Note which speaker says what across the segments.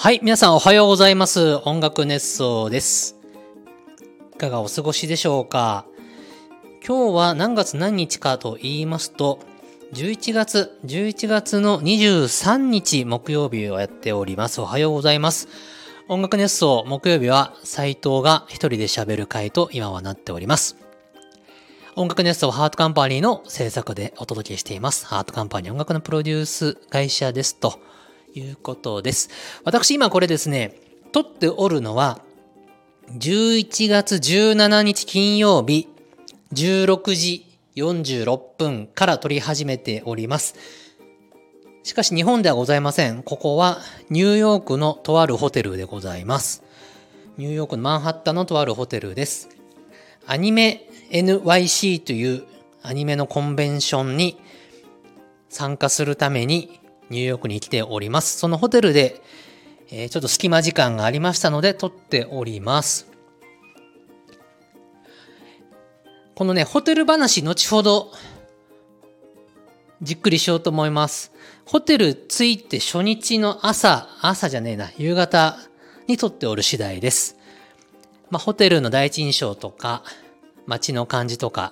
Speaker 1: はい、皆さんおはようございます。音楽熱奏です。いかがお過ごしでしょうか。今日は何月何日かと言いますと、11月の23日木曜日をやっております。おはようございます。音楽熱奏木曜日は斉藤が一人で喋る回と今はなっております。音楽熱奏ハートカンパニーの制作でお届けしています。ハートカンパニー音楽のプロデュース会社ですということです。私今これですね、撮っておるのは11月17日金曜日16時46分から撮り始めております。しかし日本ではございません。ここはニューヨークのとあるホテルでございます。ニューヨークのマンハッタンのとあるホテルです。アニメ NYC というアニメのコンベンションに参加するためにニューヨークに来ております。そのホテルで、ちょっと隙間時間がありましたので撮っております。このね、ホテル話後ほどじっくりしようと思います。ホテル着いて初日の夕方に撮っておる次第です。ホテルの第一印象とか、街の感じとか、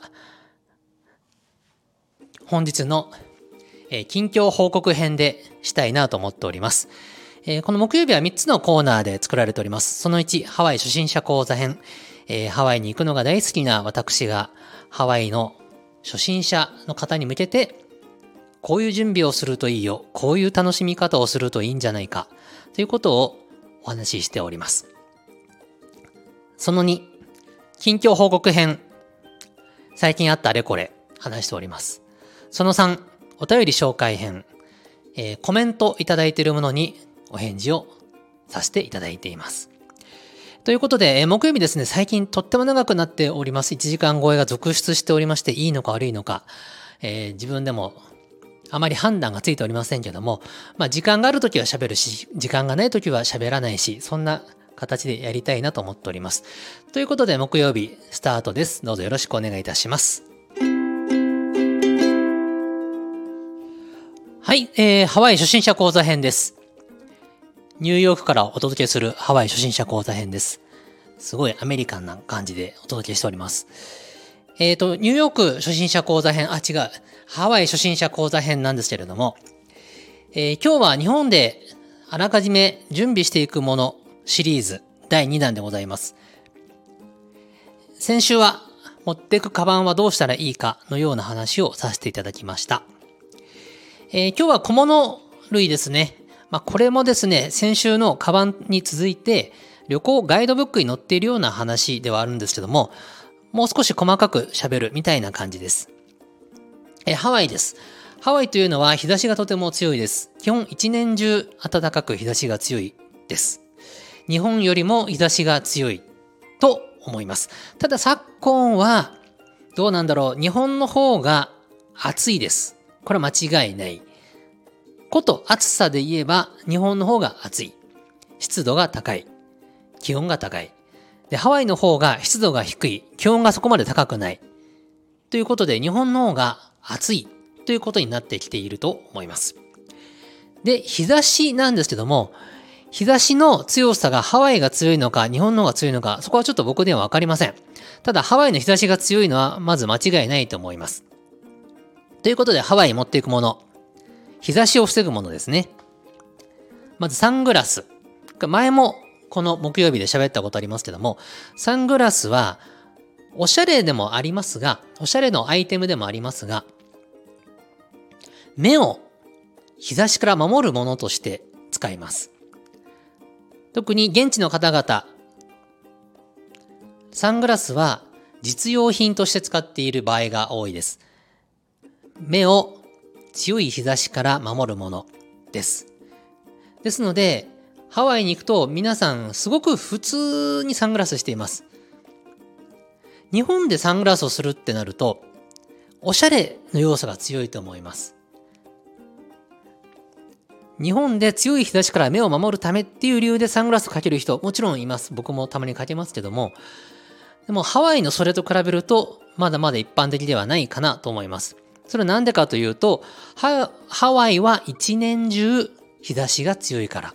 Speaker 1: 本日の近況報告編でしたいなと思っております。この木曜日は3つのコーナーで作られております。その1、ハワイ初心者講座編。ハワイに行くのが大好きな私が、ハワイの初心者の方に向けて、こういう準備をするといいよ。こういう楽しみ方をするといいんじゃないか。ということをお話ししております。その2、近況報告編。最近あったあれこれ話しております。その3、お便り紹介編、コメントいただいているものにお返事をさせていただいています。ということで、木曜日ですね、最近とっても長くなっております。1時間超えが続出しておりまして、いいのか悪いのか、自分でもあまり判断がついておりませんけども、時間があるときは喋るし、時間がないときは喋らないし、そんな形でやりたいなと思っております。ということで、木曜日スタートです。どうぞよろしくお願いいたします。はい、ハワイ初心者講座編です。ニューヨークからお届けするハワイ初心者講座編です。すごいアメリカンな感じでお届けしております。ニューヨーク初心者講座編、ハワイ初心者講座編なんですけれども、今日は日本であらかじめ準備していくものシリーズ第2弾でございます。先週は持っていくカバンはどうしたらいいかのような話をさせていただきました。今日は小物類ですね。これもですね、先週のカバンに続いて旅行ガイドブックに載っているような話ではあるんですけども、もう少し細かく喋るみたいな感じです。ハワイです。ハワイというのは日差しがとても強いです。基本一年中暖かく日差しが強いです。日本よりも日差しが強いと思います。ただ昨今はどうなんだろう。日本の方が暑いです。これは間違いない。こと暑さで言えば日本の方が暑い。湿度が高い。気温が高い。で、ハワイの方が湿度が低い。気温がそこまで高くない。ということで日本の方が暑いということになってきていると思います。で、日差しなんですけども、日差しの強さがハワイが強いのか日本の方が強いのか、そこはちょっと僕ではわかりません。ただハワイの日差しが強いのはまず間違いないと思います。ということでハワイに持っていくもの。日差しを防ぐものですね。まずサングラス。前もこの木曜日で喋ったことありますけども、サングラスはおしゃれでもありますが、おしゃれのアイテムでもありますが、目を日差しから守るものとして使います。特に現地の方々、サングラスは実用品として使っている場合が多いです。目を強い日差しから守るものです。ですので、ハワイに行くと皆さんすごく普通にサングラスしています。日本でサングラスをするってなると、おしゃれの要素が強いと思います。日本で強い日差しから目を守るためっていう理由でサングラスをかける人、もちろんいます。僕もたまにかけますけども、でもハワイのそれと比べると、まだまだ一般的ではないかなと思います。それはなんでかというと、ハワイは一年中日差しが強いから。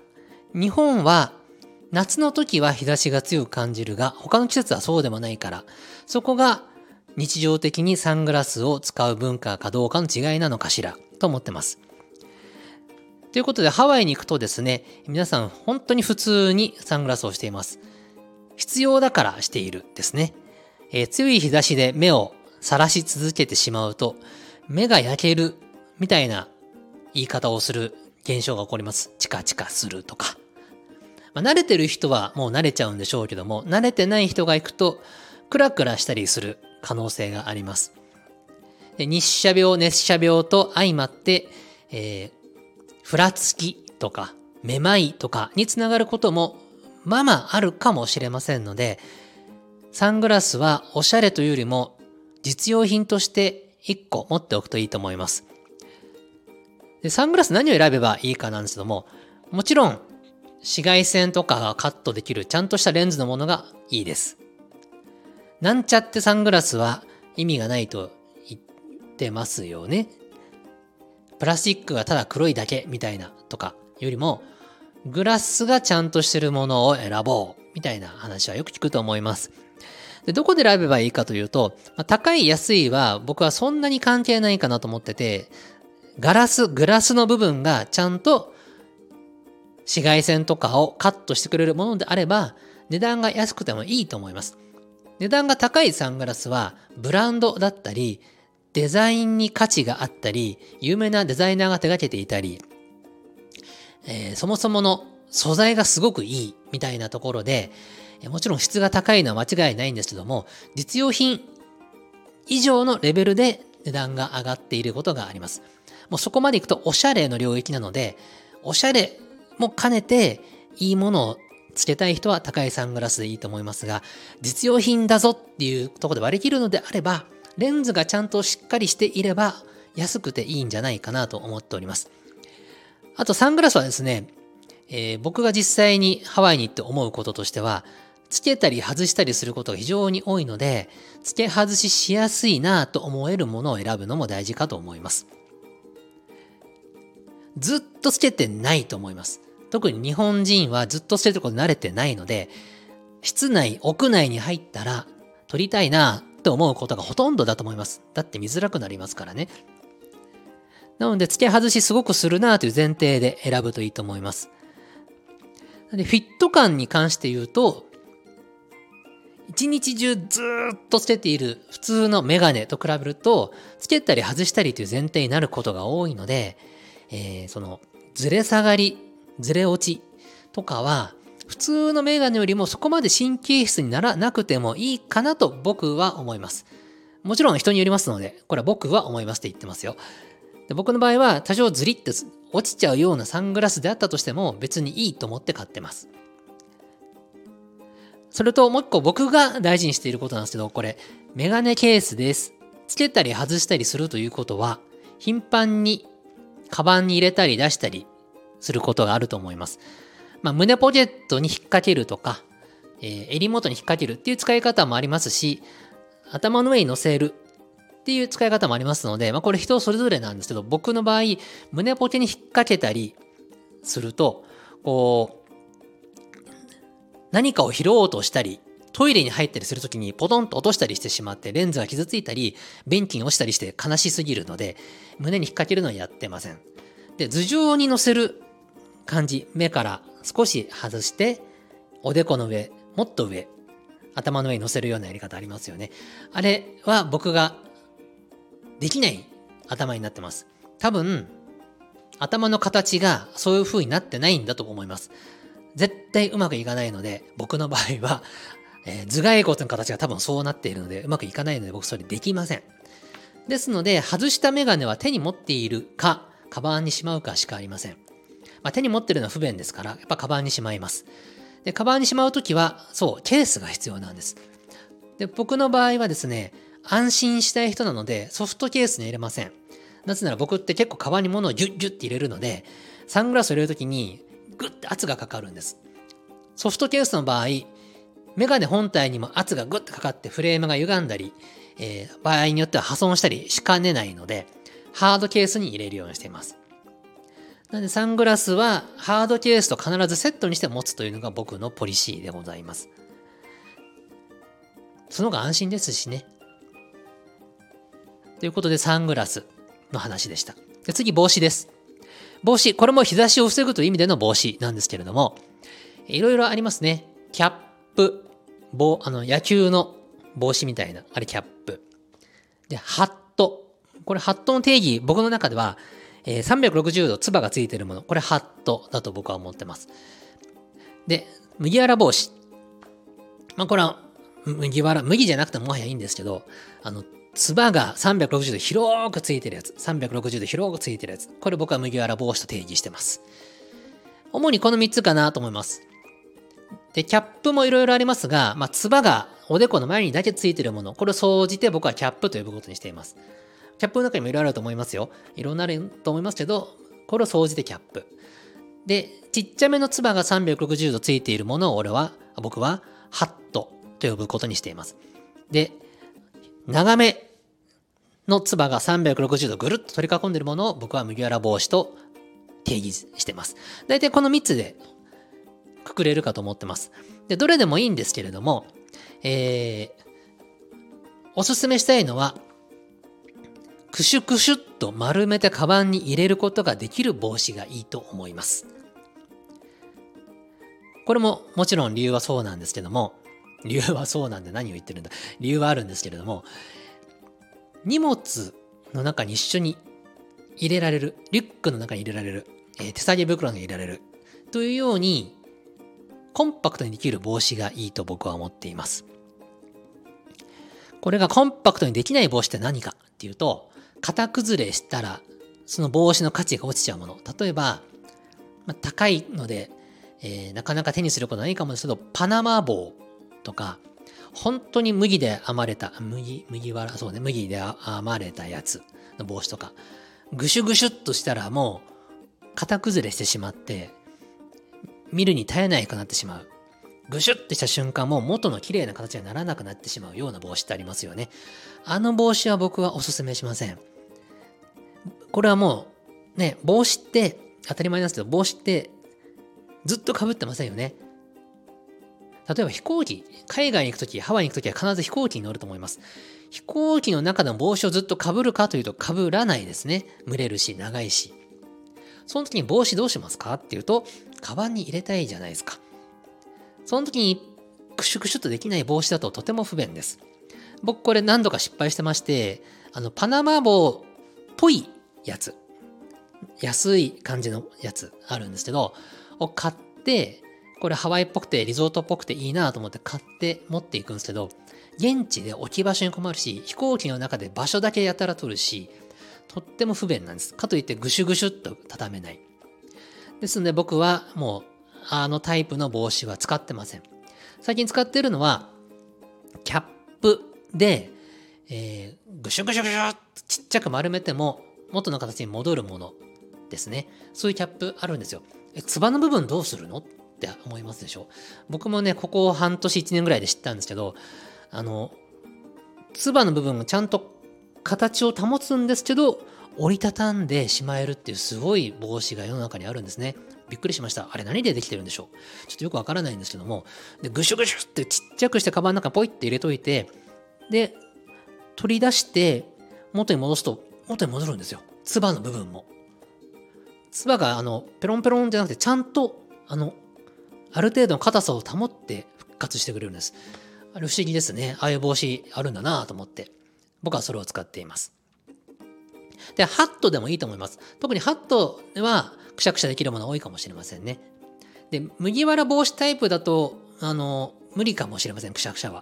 Speaker 1: 日本は夏の時は日差しが強く感じるが、他の季節はそうでもないから、そこが日常的にサングラスを使う文化かどうかの違いなのかしらと思ってます。ということでハワイに行くとですね、皆さん本当に普通にサングラスをしています。必要だからしているですね。強い日差しで目をさらし続けてしまうと、目が焼けるみたいな言い方をする現象が起こります。チカチカするとか。慣れてる人はもう慣れちゃうんでしょうけども、慣れてない人が行くとクラクラしたりする可能性があります。で、日射病、熱射病と相まって、ふらつきとかめまいとかにつながることもまあまああるかもしれませんので、サングラスはおしゃれというよりも実用品として1個持っておくといいと思います。で、サングラス何を選べばいいかなんですけども、もちろん紫外線とかがカットできるちゃんとしたレンズのものがいいです。なんちゃってサングラスは意味がないと言ってますよね。プラスチックがただ黒いだけみたいなとかよりも、グラスがちゃんとしてるものを選ぼうみたいな話はよく聞くと思います。で、どこで選べばいいかというと、高い安いは僕はそんなに関係ないかなと思ってて、グラスの部分がちゃんと紫外線とかをカットしてくれるものであれば、値段が安くてもいいと思います。値段が高いサングラスはブランドだったり、デザインに価値があったり、有名なデザイナーが手掛けていたり、そもそもの素材がすごくいいみたいなところで、もちろん質が高いのは間違いないんですけども、実用品以上のレベルで値段が上がっていることがあります。もうそこまでいくとおしゃれの領域なので、おしゃれも兼ねていいものをつけたい人は高いサングラスでいいと思いますが、実用品だぞっていうところで割り切るのであれば、レンズがちゃんとしっかりしていれば安くていいんじゃないかなと思っております。あとサングラスはですね、僕が実際にハワイに行って思うこととしては、つけたり外したりすることが非常に多いので、つけ外ししやすいなと思えるものを選ぶのも大事かと思います。ずっとつけてないと思います。特に日本人はずっとつけることに慣れてないので、室内、屋内に入ったら撮りたいなと思うことがほとんどだと思います。だって見づらくなりますからね。なので、付け外しすごくするなという前提で選ぶといいと思います。で、フィット感に関して言うと、一日中ずーっとつけている普通のメガネと比べると、つけたり外したりという前提になることが多いので、そのずれ下がり、ずれ落ちとかは、普通のメガネよりもそこまで神経質にならなくてもいいかなと僕は思います。もちろん人によりますので、これは僕は思いますって言ってますよ。で、僕の場合は多少ズリって落ちちゃうようなサングラスであったとしても別にいいと思って買ってます。それともう一個僕が大事にしていることなんですけど、これメガネケースです。つけたり外したりするということは、頻繁にカバンに入れたり出したりすることがあると思います。胸ポケットに引っ掛けるとか、襟元に引っ掛けるっていう使い方もありますし、頭の上に乗せるっていう使い方もありますので、これ人それぞれなんですけど、僕の場合、胸ポケに引っ掛けたりすると、何かを拾おうとしたり、トイレに入ったりするときにポトンと落としたりしてしまって、レンズが傷ついたり、便器に落ちたりして悲しすぎるので、胸に引っ掛けるのはやってません。で、頭上に乗せる感じ、目から少し外して、おでこの上、もっと上、頭の上に乗せるようなやり方ありますよね。あれは僕ができない頭になってます。多分、頭の形がそういう風になってないんだと思います。絶対うまくいかないので、僕の場合は、頭蓋骨の形が多分そうなっているので、うまくいかないので僕それできません。ですので、外したメガネは手に持っているか、カバンにしまうかしかありません。手に持ってるのは不便ですから、やっぱカバンにしまいます。で、カバンにしまうときは、そう、ケースが必要なんです。で、僕の場合はですね、安心したい人なので、ソフトケースに入れません。なぜなら僕って結構カバンに物をギュッギュッって入れるので、サングラスを入れるときにグッて圧がかかるんです。ソフトケースの場合、メガネ本体にも圧がグッてかかってフレームが歪んだり、場合によっては破損したりしかねないので、ハードケースに入れるようにしています。 なのでサングラスはハードケースと必ずセットにして持つというのが僕のポリシーでございます。その方が安心ですしね。ということでサングラスの話でした。で、次帽子です。帽子、これも日差しを防ぐという意味での帽子なんですけれども、いろいろありますね。キャップ、野球の帽子みたいな、あれキャップ。で、ハット。これハットの定義、僕の中では、360度つばがついているもの。これハットだと僕は思ってます。で、麦わら帽子。これは麦じゃなくてももはやいいんですけど、つばが360度広くついてるやつ。360度広くついてるやつ。これ僕は麦わら帽子と定義してます。主にこの3つかなと思います。で、キャップもいろいろありますが、つばがおでこの前にだけついてるもの。これを総じて僕はキャップと呼ぶことにしています。キャップの中にもいろいろあると思いますよ。いろんなあると思いますけど、これを総じてキャップ。で、ちっちゃめのつばが360度ついているものを僕はハットと呼ぶことにしています。で、長めのつばが360度ぐるっと取り囲んでいるものを僕は麦わら帽子と定義しています。だいたいこの3つでくくれるかと思ってます。で、どれでもいいんですけれども、おすすめしたいのは、クシュクシュっと丸めてカバンに入れることができる帽子がいいと思います。これももちろん理由はそうなんですけども、理由はそうなんで何を言ってるんだ。理由はあるんですけれども、荷物の中に一緒に入れられる、リュックの中に入れられる、手提げ袋に入れられるというようにコンパクトにできる帽子がいいと僕は思っています。これがコンパクトにできない帽子って何かっていうと、型崩れしたらその帽子の価値が落ちちゃうもの。例えば、高いので、なかなか手にすることないかもですけど、パナマ帽とか、本当に麦で編まれた、麦で編まれたやつの帽子とか、ぐしゅぐしゅっとしたらもう型崩れしてしまって、見るに耐えないくなってしまう。ぐしゅっとした瞬間もう元の綺麗な形にならなくなってしまうような帽子ってありますよね。あの帽子は僕はおすすめしません。これはもうね、帽子って当たり前なんですけど、帽子ってずっと被ってませんよね。例えば飛行機、海外に行くとき、ハワイに行くときは必ず飛行機に乗ると思います。飛行機の中でも帽子をずっと被るかというと被らないですね。蒸れるし、長いし。その時に帽子どうしますかっていうと、カバンに入れたいじゃないですか。その時にクシュクシュっとできない帽子だととても不便です。僕これ何度か失敗してまして、パナマ帽っぽいやつ、安い感じのやつあるんですけど、を買って、これハワイっぽくてリゾートっぽくていいなと思って買って持っていくんですけど、現地で置き場所に困るし、飛行機の中で場所だけやたら取るし、とっても不便なんです。かといってぐしゅぐしゅっと畳めない。ですので僕はもうあのタイプの帽子は使ってません。最近使っているのはキャップで、ぐしゅぐしゅぐしゅっとちっちゃく丸めても元の形に戻るものですね。そういうキャップあるんですよ。つばの部分どうするのって思いますでしょ。僕もね、ここ半年1年ぐらいで知ったんですけど、つばの部分がちゃんと形を保つんですけど、折りたたんでしまえるっていうすごい帽子が世の中にあるんですね。びっくりしました。あれ何でできてるんでしょう。ちょっとよくわからないんですけども、でぐしゅぐしゅってちっちゃくしてカバンの中にポイって入れといて、で、取り出して元に戻すと元に戻るんですよ。つばの部分も。つばがペロンペロンじゃなくてちゃんとある程度の硬さを保って復活してくれるんです。あれ不思議ですね。ああいう帽子あるんだなと思って。僕はそれを使っています。で、ハットでもいいと思います。特にハットではくしゃくしゃできるもの多いかもしれませんね。で、麦わら帽子タイプだと、無理かもしれません、くしゃくしゃは。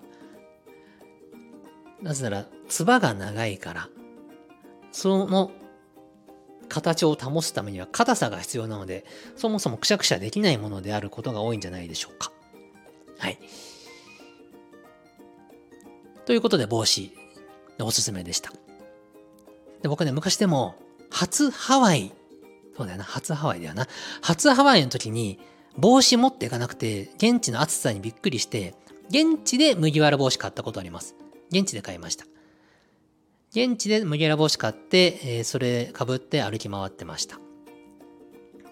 Speaker 1: なぜなら、つばが長いから、その形を保つためには硬さが必要なので、そもそもくしゃくしゃできないものであることが多いんじゃないでしょうか。はい。ということで帽子のおすすめでした。で、僕ね、昔でも初ハワイの時に帽子持っていかなくて、現地の暑さにびっくりして、現地で麦わら帽子買ったことあります。現地で買いました。現地で麦わら帽子買って、それ被って歩き回ってました。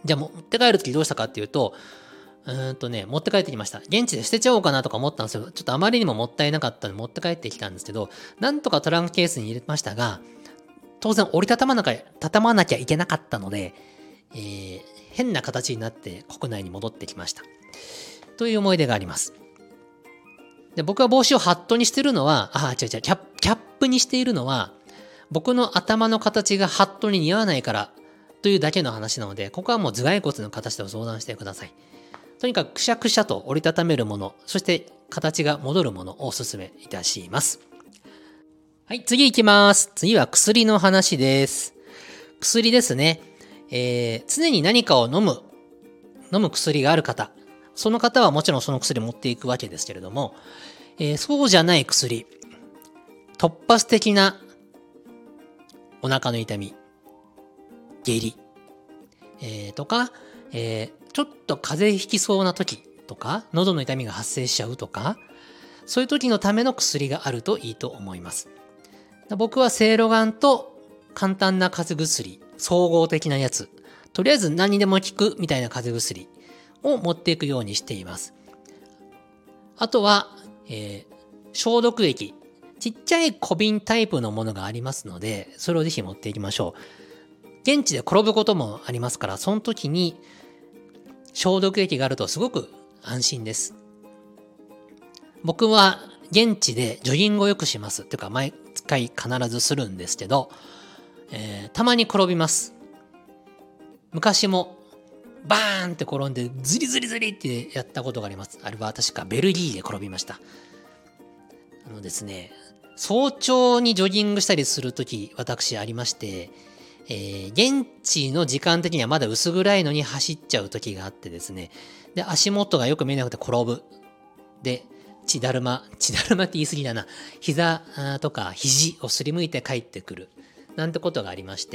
Speaker 1: じゃあ持って帰るときどうしたかっていうと、持って帰ってきました。現地で捨てちゃおうかなとか思ったんですよ。ちょっとあまりにももったいなかったので持って帰ってきたんですけど、なんとかトランクケースに入れましたが、当然折りたたまなきゃいけなかったので、変な形になって国内に戻ってきました。という思い出があります。で、僕は帽子をハットにしてるのは、キャップにしているのは、僕の頭の形がハットに似合わないからというだけの話なので、ここはもう頭蓋骨の形と相談してください。とにかくくしゃくしゃと折りたためるもの、そして形が戻るものをお勧めいたします。はい、次行きます。次は薬の話です。薬ですね。常に何かを飲む薬がある方、その方はもちろんその薬を持っていくわけですけれども、そうじゃない薬、突発的なお腹の痛み、下痢、とか、ちょっと風邪ひきそうな時とか、喉の痛みが発生しちゃうとか、そういう時のための薬があるといいと思います。僕はセイロガンと簡単な風邪薬、総合的なやつ、とりあえず何にでも効くみたいな風邪薬を持っていくようにしています。あとは、消毒液、ちっちゃい小瓶タイプのものがありますので、それをぜひ持っていきましょう。現地で転ぶこともありますから、その時に消毒液があるとすごく安心です。僕は現地でジョギングをよくします。というか毎回必ずするんですけど、たまに転びます。昔もバーンって転んでズリズリズリってやったことがあります。あれは確かベルギーで転びました。ですね、早朝にジョギングしたりするとき私ありまして、現地の時間的にはまだ薄暗いのに走っちゃう時があってですね。で、足元がよく見えなくて転ぶ。で、血だるまって言い過ぎだな。膝とか肘をすりむいて帰ってくる。なんてことがありまして、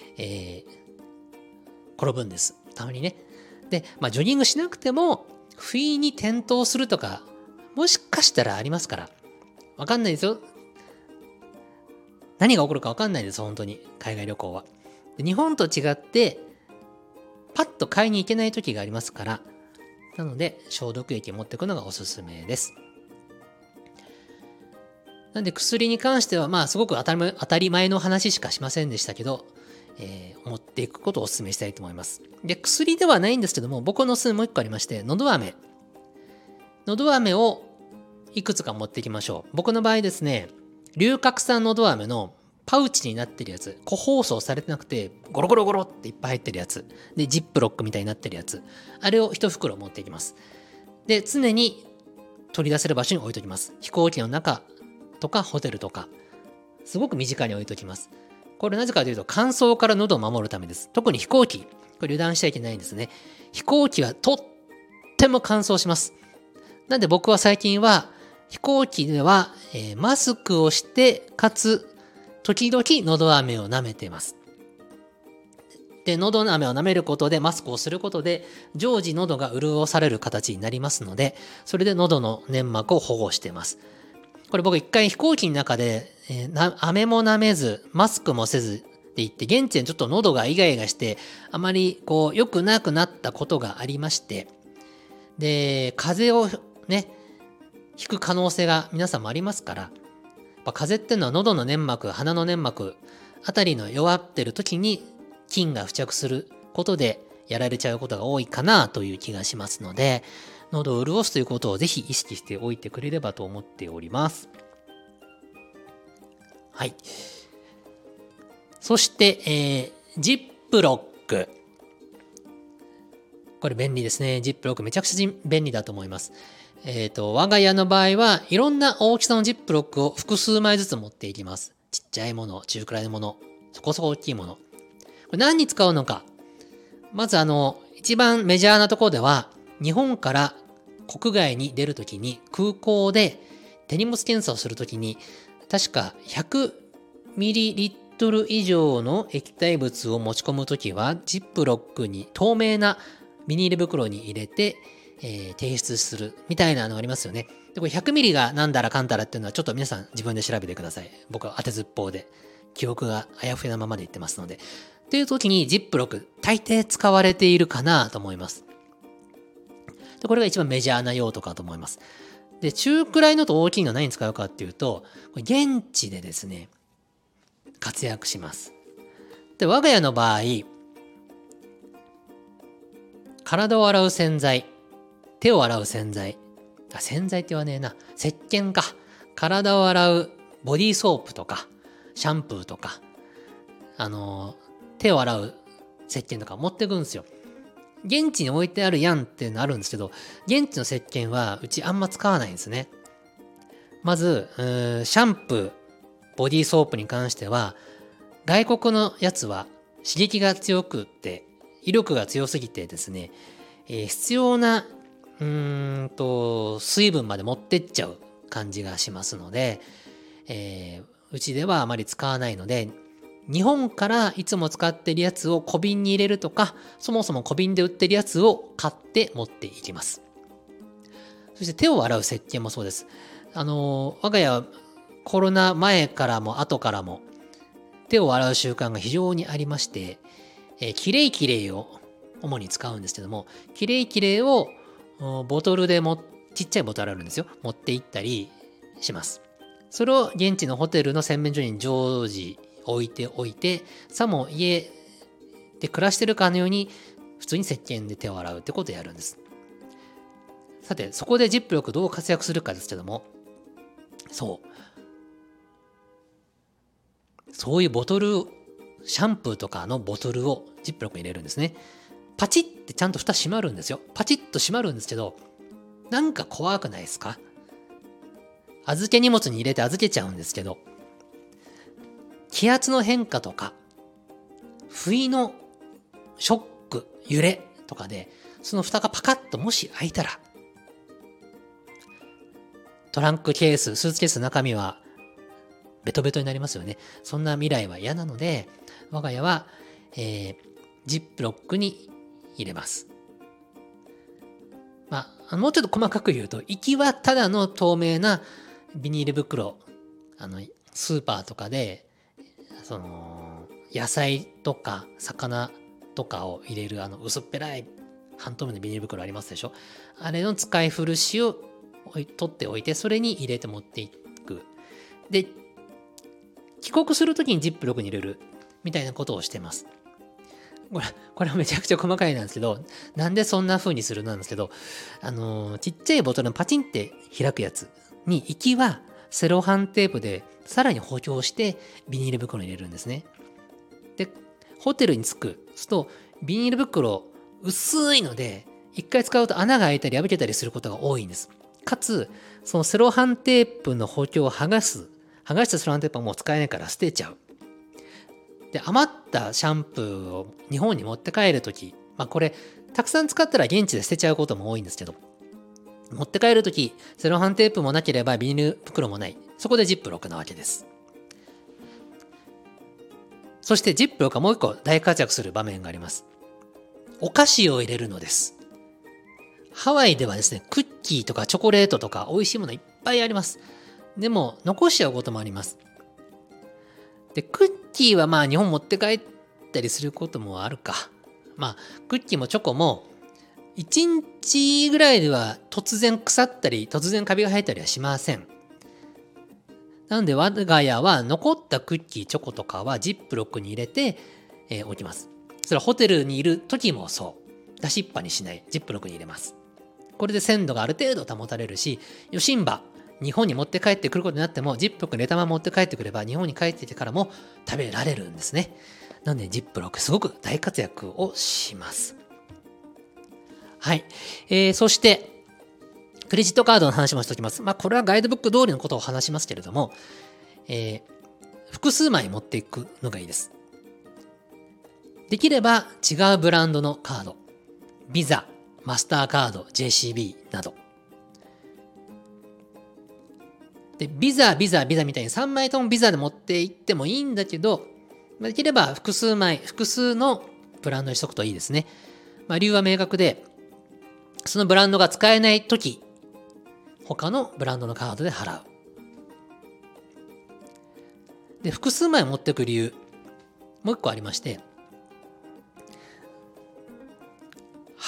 Speaker 1: 転ぶんです。たまにね。で、ジョギングしなくても、不意に転倒するとか、もしかしたらありますから。わかんないですよ。何が起こるかわかんないです、本当に。海外旅行は。日本と違って、パッと買いに行けない時がありますから、なので、消毒液を持っていくのがおすすめです。なんで薬に関しては、すごく当たり前の話しかしませんでしたけど、持っていくことをお勧めしたいと思います。で、薬ではないんですけども、僕のおすすめもう一個ありまして、のど飴。のど飴をいくつか持っていきましょう。僕の場合ですね、龍角散のど飴のパウチになってるやつ、個包装されてなくて、ゴロゴロゴロっていっぱい入ってるやつ。で、ジップロックみたいになってるやつ。あれを一袋持っていきます。で、常に取り出せる場所に置いときます。飛行機の中とかホテルとか、すごく身近に置いときます。これなぜかというと、乾燥から喉を守るためです。特に飛行機。これ油断しちゃいけないんですね。飛行機はとっても乾燥します。なんで僕は最近は、飛行機では、マスクをして、かつ、時々喉飴を舐めています。で、喉飴を舐めることで、マスクをすることで、常時喉が潤される形になりますので、それで喉の粘膜を保護しています。これ僕一回飛行機の中で、飴も舐めず、マスクもせずって言って、現地でちょっと喉がイガイガして、あまり良くなくなったことがありまして、で、風邪をね、引く可能性が皆さんもありますから、風邪っていうのは喉の粘膜、鼻の粘膜あたりの弱ってる時に菌が付着することでやられちゃうことが多いかなという気がしますので、喉を潤すということをぜひ意識しておいてくれればと思っております。はい。そして、ジップロック。これ便利ですね。ジップロックめちゃくちゃ便利だと思います。我が家の場合はいろんな大きさのジップロックを複数枚ずつ持っていきます。ちっちゃいもの、中くらいのもの、そこそこ大きいもの。これ何に使うのか。まず一番メジャーなところでは、日本から国外に出るときに空港で手荷物検査をするときに、確か100ミリリットル以上の液体物を持ち込むときは、ジップロックに透明なビニール袋に入れて、提出するみたいなのがありますよね。で、これ100ミリがなんだらかんだらっていうのはちょっと皆さん自分で調べてください。僕は当てずっぽうで記憶があやふやなままで言ってますので。 っていう時にジップロック大抵使われているかなと思います。でこれが一番メジャーな用途かと思います。で、中くらいのと大きいのは何に使うかっていうと、現地でですね、活躍します。で、我が家の場合、体を洗う洗剤、手を洗う洗剤、洗剤って言わねえな、石鹸か。体を洗うボディーソープとか、シャンプーとか、手を洗う石鹸とか持ってくんですよ。現地に置いてあるやんっていうのあるんですけど、現地の石鹸はうちあんま使わないんですね。まず、シャンプー、ボディーソープに関しては、外国のやつは刺激が強くって、威力が強すぎてですね、必要な水分まで持ってっちゃう感じがしますので、うちではあまり使わないので、日本からいつも使ってるやつを小瓶に入れるとか、そもそも小瓶で売ってるやつを買って持っていきます。そして手を洗う石鹸もそうです。我が家はコロナ前からも後からも手を洗う習慣が非常にありまして、キレイキレイを主に使うんですけども、キレイキレイをボトルでちっちゃいボトルあるんですよ。持って行ったりします。それを現地のホテルの洗面所に常時置いておいて、さも家で暮らしてるかのように普通に石鹸で手を洗うってことをやるんです。さて、そこでジップロックどう活躍するかですけども、そういうボトル、シャンプーとかのボトルをジップロックに入れるんですね。パチッってちゃんと蓋閉まるんですよ。パチッと閉まるんですけど、なんか怖くないですか？預け荷物に入れて預けちゃうんですけど、気圧の変化とか、不意のショック、揺れとかで、その蓋がパカッともし開いたら、トランクケース、スーツケースの中身はベトベトになりますよね。そんな未来は嫌なので、我が家は、ジップロックに入れます。もうちょっと細かく言うと、行きはただの透明なビニール袋、スーパーとかで、野菜とか魚とかを入れる薄っぺらい半透明のビニール袋ありますでしょ。あれの使い古しを取っておいて、それに入れて持っていく。で、帰国するときにジップロックに入れるみたいなことをしてます。これはめちゃくちゃ細かいなんですけど、なんでそんな風にするなんですけど、ちっちゃいボトルのパチンって開くやつに行きはセロハンテープでさらに補強してビニール袋に入れるんですね。で、ホテルに着くとビニール袋薄いので、一回使うと穴が開いたり破けたりすることが多いんです。かつ、そのセロハンテープの補強を剥がしたセロハンテープはもう使えないから捨てちゃう。で、余ったシャンプーを日本に持って帰るとき、これ、たくさん使ったら現地で捨てちゃうことも多いんですけど、持って帰るとき、セロハンテープもなければビニール袋もない。そこでジップロックなわけです。そしてジップロックはもう一個大活躍する場面があります。お菓子を入れるのです。ハワイではですね、クッキーとかチョコレートとか美味しいものいっぱいあります。でも、残しちゃうこともあります。で、クッキーは日本持って帰ったりすることもあるか。クッキーもチョコも、1日ぐらいでは突然腐ったり、突然カビが生えたりはしません。なので、我が家は残ったクッキー、チョコとかはジップロックに入れて、置きます。それはホテルにいる時もそう。出しっぱにしない。ジップロックに入れます。これで鮮度がある程度保たれるし、余震波、日本に持って帰ってくることになっても、ジップロックに入れたまま持って帰ってくれば、日本に帰ってきてからも食べられるんですね。なので、ジップロックすごく大活躍をします。はい。そして、クレジットカードの話もしておきます。これはガイドブック通りのことを話しますけれども、複数枚持っていくのがいいです。できれば違うブランドのカード、ビザ、マスターカード、JCB など。で、ビザみたいに3枚ともビザで持って行ってもいいんだけど、できれば複数のブランドにしとくといいですね。理由は明確で、そのブランドが使えないとき、他のブランドのカードで払う。で、複数枚持っていく理由、もう一個ありまして、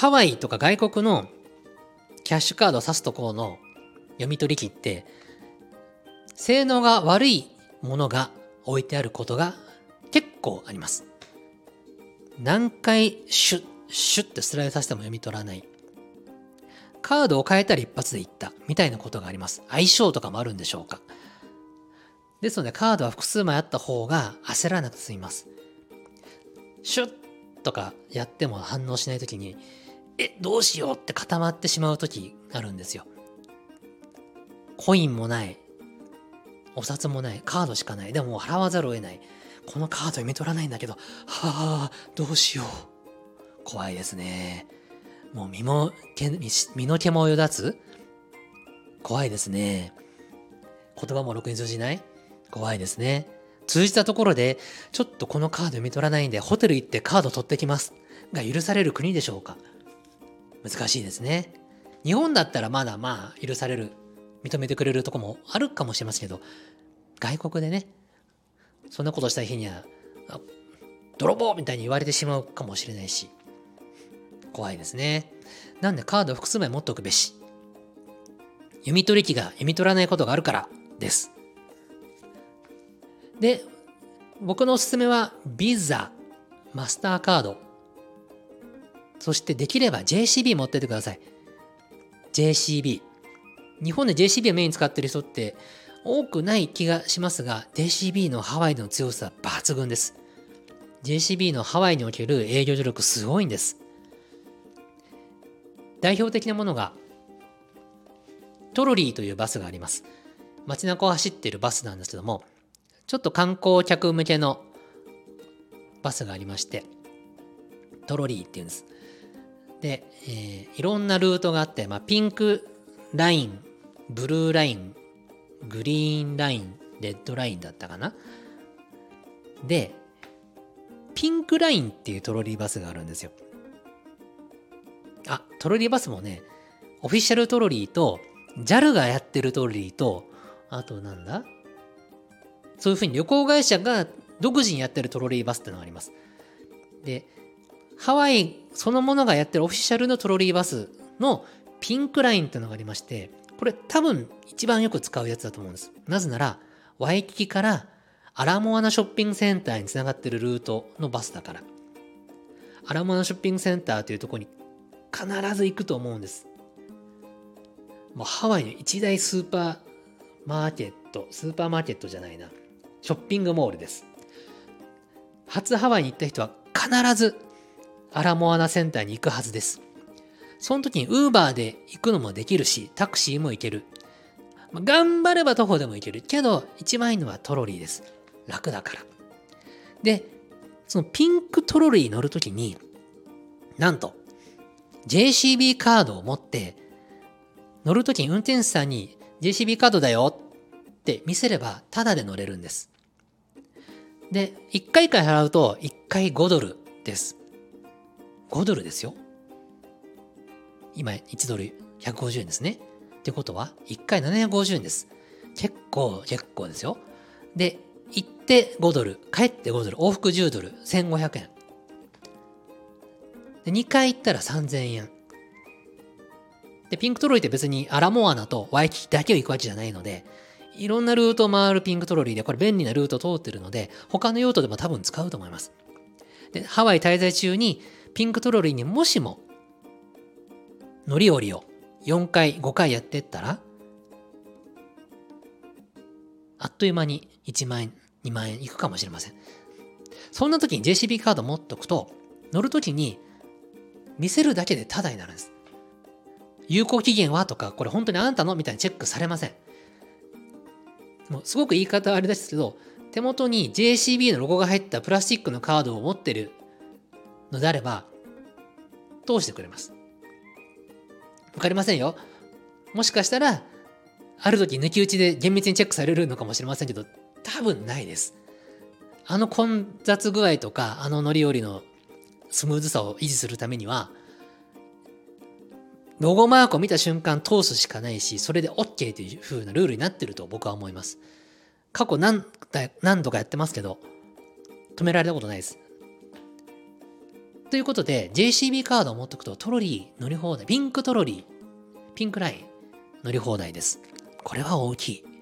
Speaker 1: ハワイとか外国のキャッシュカードを指すところの読み取り機って、性能が悪いものが置いてあることが結構あります。何回シュッってスライドさせても読み取らない。カードを変えたら一発でいったみたいなことがあります。相性とかもあるんでしょうか。ですのでカードは複数枚あった方が焦らなくて済みます。シュッとかやっても反応しないときに、どうしようって固まってしまうときあるんですよ。コインもない。お札もない。カードしかない。でも払わざるを得ない。このカード読み取らないんだけど、どうしよう。怖いですね。もう身の毛もよだつ。怖いですね。言葉もろくに通じない。怖いですね。通じたところで、ちょっとこのカード読み取らないんで、ホテル行ってカード取ってきます。が許される国でしょうか。難しいですね。日本だったらまだ許される、認めてくれるとこもあるかもしれませんけど、外国でね、そんなことした日には、泥棒みたいに言われてしまうかもしれないし、怖いですね。なんでカードを複数枚持っておくべし。読み取り機が読み取らないことがあるからです。で、僕のおすすめは、ビザ、マスターカード、そしてできれば JCB 持ってってください。JCB。日本で JCB をメインに使ってる人って多くない気がしますが、JCB のハワイでの強さは抜群です。JCB のハワイにおける営業助力すごいんです。代表的なものが、トロリーというバスがあります。街中を走っているバスなんですけども、ちょっと観光客向けのバスがありまして、トロリーっていうんです。で、いろんなルートがあって、ピンクライン、ブルーライン、グリーンライン、レッドラインだったかな。で、ピンクラインっていうトロリーバスがあるんですよ。トロリーバスもね、オフィシャルトロリーと、JAL がやってるトロリーと、あとそういうふうに旅行会社が独自にやってるトロリーバスってのがあります。で、ハワイそのものがやってるオフィシャルのトロリーバスのピンクラインってのがありまして、これ多分一番よく使うやつだと思うんです。なぜなら、ワイキキからアラモアナショッピングセンターにつながってるルートのバスだから。アラモアナショッピングセンターというところに必ず行くと思うんです。もうハワイの一大スーパーマーケットじゃないな。ショッピングモールです。初ハワイに行った人は必ずアラモアナセンターに行くはずです。その時にウーバーで行くのもできるし、タクシーも行ける。頑張れば徒歩でも行ける。けど、一番いいのはトロリーです。楽だから。で、そのピンクトロリー乗るときに、なんと、JCB カードを持って、乗るときに運転手さんに JCB カードだよって見せれば、タダで乗れるんです。で、1回払うと、1回5ドルです。5ドルですよ。今、1ドル150円ですね。ってことは、1回750円です。結構ですよ。で、行って5ドル、帰って5ドル、往復10ドル、1500円。で、2回行ったら3000円。で、ピンクトロリーって別にアラモアナとワイキキだけを行くわけじゃないので、いろんなルートを回るピンクトロリーで、これ便利なルートを通ってるので、他の用途でも多分使うと思います。で、ハワイ滞在中にピンクトロリーにもしも乗り降りを4回、5回やってったら、あっという間に1万円、2万円いくかもしれません。そんな時に JCB カード持っとくと、乗る時に見せるだけでタダになるんです。有効期限はとか、これ本当にあんたのみたいにチェックされません。もうすごく言い方はあれですけど、手元に JCB のロゴが入ったプラスチックのカードを持ってるのであれば、通してくれます。わかりませんよ。もしかしたら、ある時抜き打ちで厳密にチェックされるのかもしれませんけど、多分ないです。あの混雑具合とか、あの乗り降りのスムーズさを維持するためには、ロゴマークを見た瞬間通すしかないし、それで OK という風なルールになってると僕は思います。過去何度かやってますけど、止められたことないです。 ということで JCB カードを持っておくとトロリー乗り放題、ピンクトロリー、ピンクライン乗り放題です。これは大きい。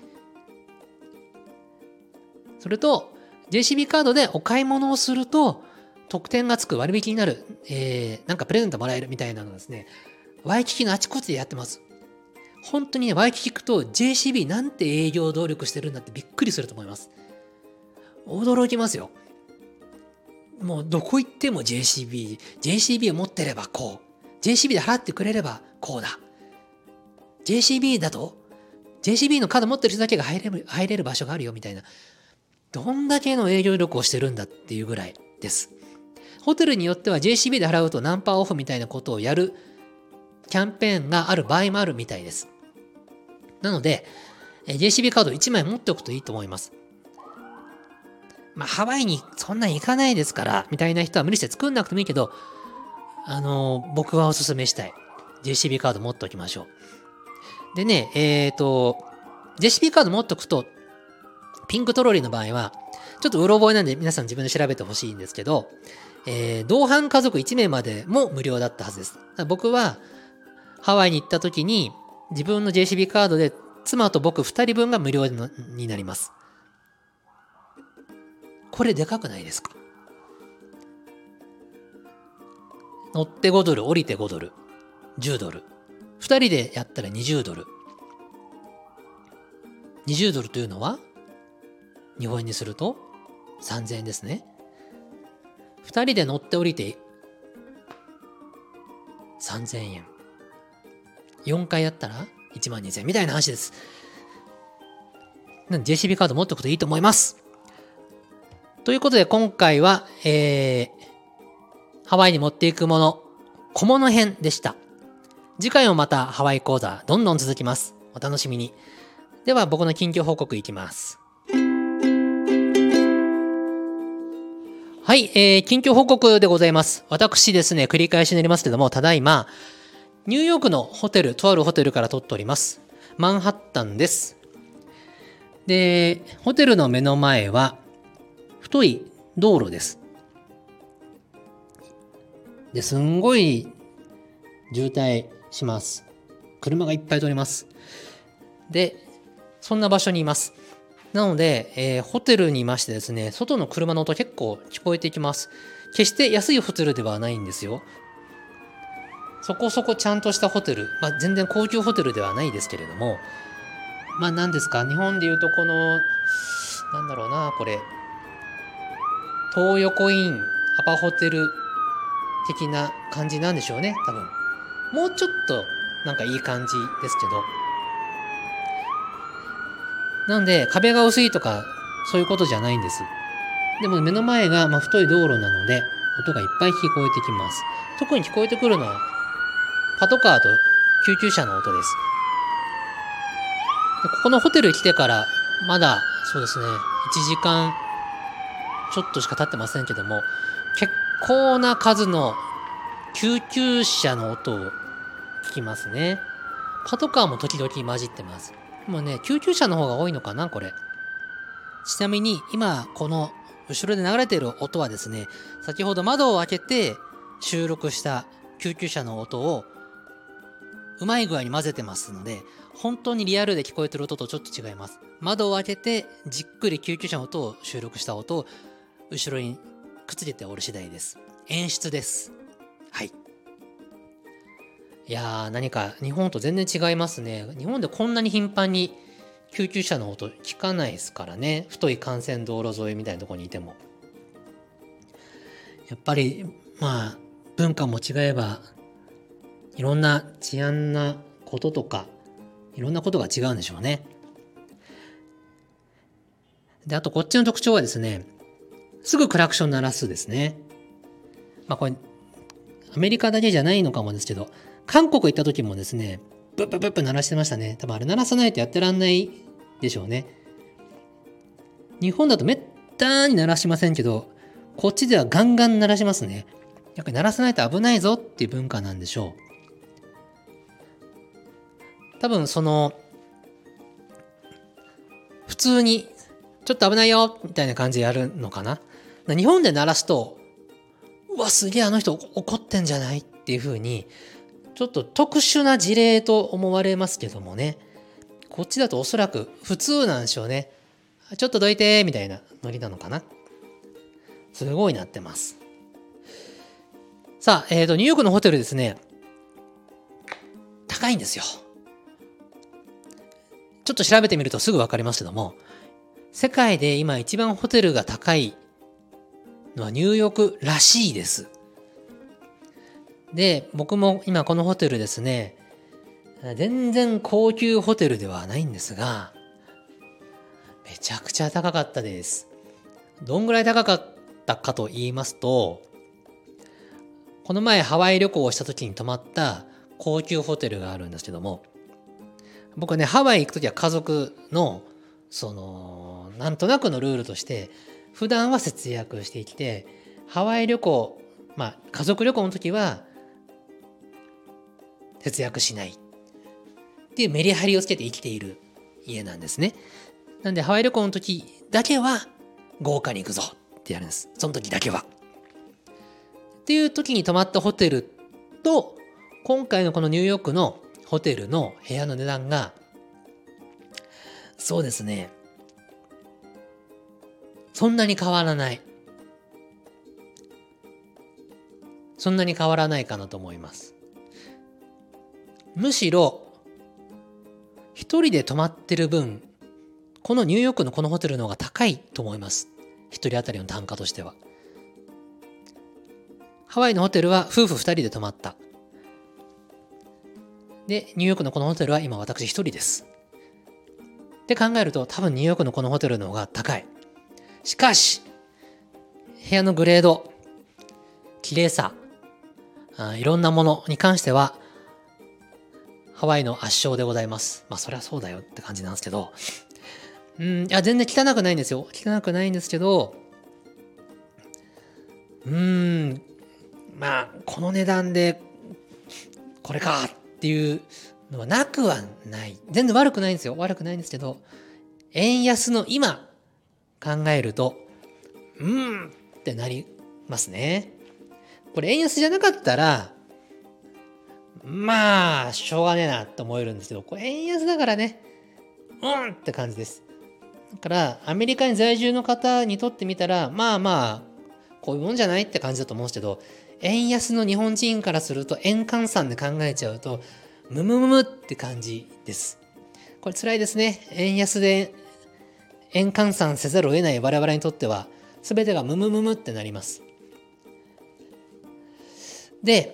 Speaker 1: それと JCB カードでお買い物をすると特典がつく、割引になる、なんかプレゼントもらえるみたいなのですね、ワイキキのあちこちでやってます。本当にね、ワイキキ聞くと JCB なんて営業努力してるんだってびっくりすると思います。驚きますよ。もうどこ行っても JCB を持ってればこう。JCB で払ってくれればこうだ。JCB だと JCB のカード持ってる人だけが入れる場所があるよみたいな。どんだけの営業力をしてるんだっていうぐらいです。ホテルによっては JCB で払うとナンパオフみたいなことをやるキャンペーンがある場合もあるみたいです。なので、JCB カード1枚持っておくといいと思います。ハワイにそんな行かないですから、みたいな人は無理して作んなくてもいいけど、僕はおすすめしたい。JCB カード持っておきましょう。でね、JCB カード持っておくと、ピンクトロリーの場合は、ちょっとうろ覚えなんで皆さん自分で調べてほしいんですけど、同伴家族1名までも無料だったはずです。僕はハワイに行った時に自分の JCB カードで妻と僕2人分が無料になります。これでかくないですか？乗って5ドル、降りて5ドル、10ドル。2人でやったら20ドル。20ドルというのは日本円にすると3000円ですね。2人で乗って降りて3000円。4回やったら12000円みたいな話です。なんで JCB カード持っておくといいと思います。ということで今回は、ハワイに持っていくもの、小物編でした。次回もまたハワイ講座どんどん続きます。お楽しみに。では僕の近況報告いきます。はい、近況報告でございます。私ですね、繰り返しになりますけども、ただいま、ニューヨークのホテル、とあるホテルから撮っております。マンハッタンです。で、ホテルの目の前は、太い道路です。で、すんごい渋滞します。車がいっぱい通ります。で、そんな場所にいます。なので、ホテルにいましてですね、外の車の音結構聞こえてきます。決して安いホテルではないんですよ。そこそこちゃんとしたホテル、全然高級ホテルではないですけれども、何ですか、日本でいうとこの、なんだろうな、これ、東横インアパホテル的な感じなんでしょうね、多分。もうちょっとなんかいい感じですけど。なんで壁が薄いとかそういうことじゃないんです。でも目の前が太い道路なので音がいっぱい聞こえてきます。特に聞こえてくるのはパトカーと救急車の音です。でここのホテル来てからまだそうですね、1時間ちょっとしか経ってませんけども、結構な数の救急車の音を聞きますね。パトカーも時々混じってます。もうね、救急車の方が多いのかな、これ。ちなみに、今、この後ろで流れている音はですね、先ほど窓を開けて収録した救急車の音をうまい具合に混ぜてますので、本当にリアルで聞こえてる音とちょっと違います。窓を開けてじっくり救急車の音を収録した音を後ろにくっつけておる次第です。演出です。はい。いやー、何か日本と全然違いますね。日本でこんなに頻繁に救急車の音聞かないですからね。太い幹線道路沿いみたいなところにいても。やっぱり文化も違えばいろんな治安なこととかいろんなことが違うんでしょうね。で、あとこっちの特徴はですね、すぐクラクション鳴らすですね。これアメリカだけじゃないのかもですけど、韓国行った時もですね、ブッブッブッブ鳴らしてましたね。多分あれ鳴らさないとやってらんないでしょうね。日本だとめったに鳴らしませんけど、こっちではガンガン鳴らしますね。やっぱり鳴らさないと危ないぞっていう文化なんでしょう。多分普通にちょっと危ないよみたいな感じでやるのかな。日本で鳴らすとうわ、すげえあの人怒ってんじゃないっていう風に、ちょっと特殊な事例と思われますけどもね。こっちだとおそらく普通なんでしょうね。ちょっとどいてみたいなノリなのかな。すごいなってます。さあ、ニューヨークのホテルですね。高いんですよ。ちょっと調べてみるとすぐわかりますけども、世界で今一番ホテルが高いのはニューヨークらしいです。で、僕も今このホテルですね、全然高級ホテルではないんですが、めちゃくちゃ高かったです。どんぐらい高かったかと言いますと、この前ハワイ旅行をした時に泊まった高級ホテルがあるんですけども、僕はね、ハワイ行く時は家族の、なんとなくのルールとして、普段は節約していて、ハワイ旅行、家族旅行の時は、節約しないっていうメリハリをつけて生きている家なんですね。なんでハワイ旅行の時だけは豪華に行くぞってやるんです。その時だけは。っていう時に泊まったホテルと、今回のこのニューヨークのホテルの部屋の値段が、そうですね、そんなに変わらない。そんなに変わらないかなと思います。むしろ、一人で泊まってる分、このニューヨークのこのホテルの方が高いと思います。一人当たりの単価としては。ハワイのホテルは夫婦二人で泊まった。で、ニューヨークのこのホテルは今私一人です。って考えると多分ニューヨークのこのホテルの方が高い。しかし、部屋のグレード、綺麗さ、いろんなものに関しては、ハワイの圧勝でございます。そりゃそうだよって感じなんですけど、全然汚くないんですよ。汚くないんですけど、この値段で、これかっていうのはなくはない。全然悪くないんですよ。悪くないんですけど、円安の今考えると、ってなりますね。これ円安じゃなかったら、しょうがねえなって思えるんですけど、これ円安だからね、って感じです。だから、アメリカに在住の方にとってみたら、こういうもんじゃないって感じだと思うんですけど、円安の日本人からすると、円換算で考えちゃうと、ムムムムって感じです。これ辛いですね。円安で円換算せざるを得ない我々にとっては、すべてがムムムムってなります。で、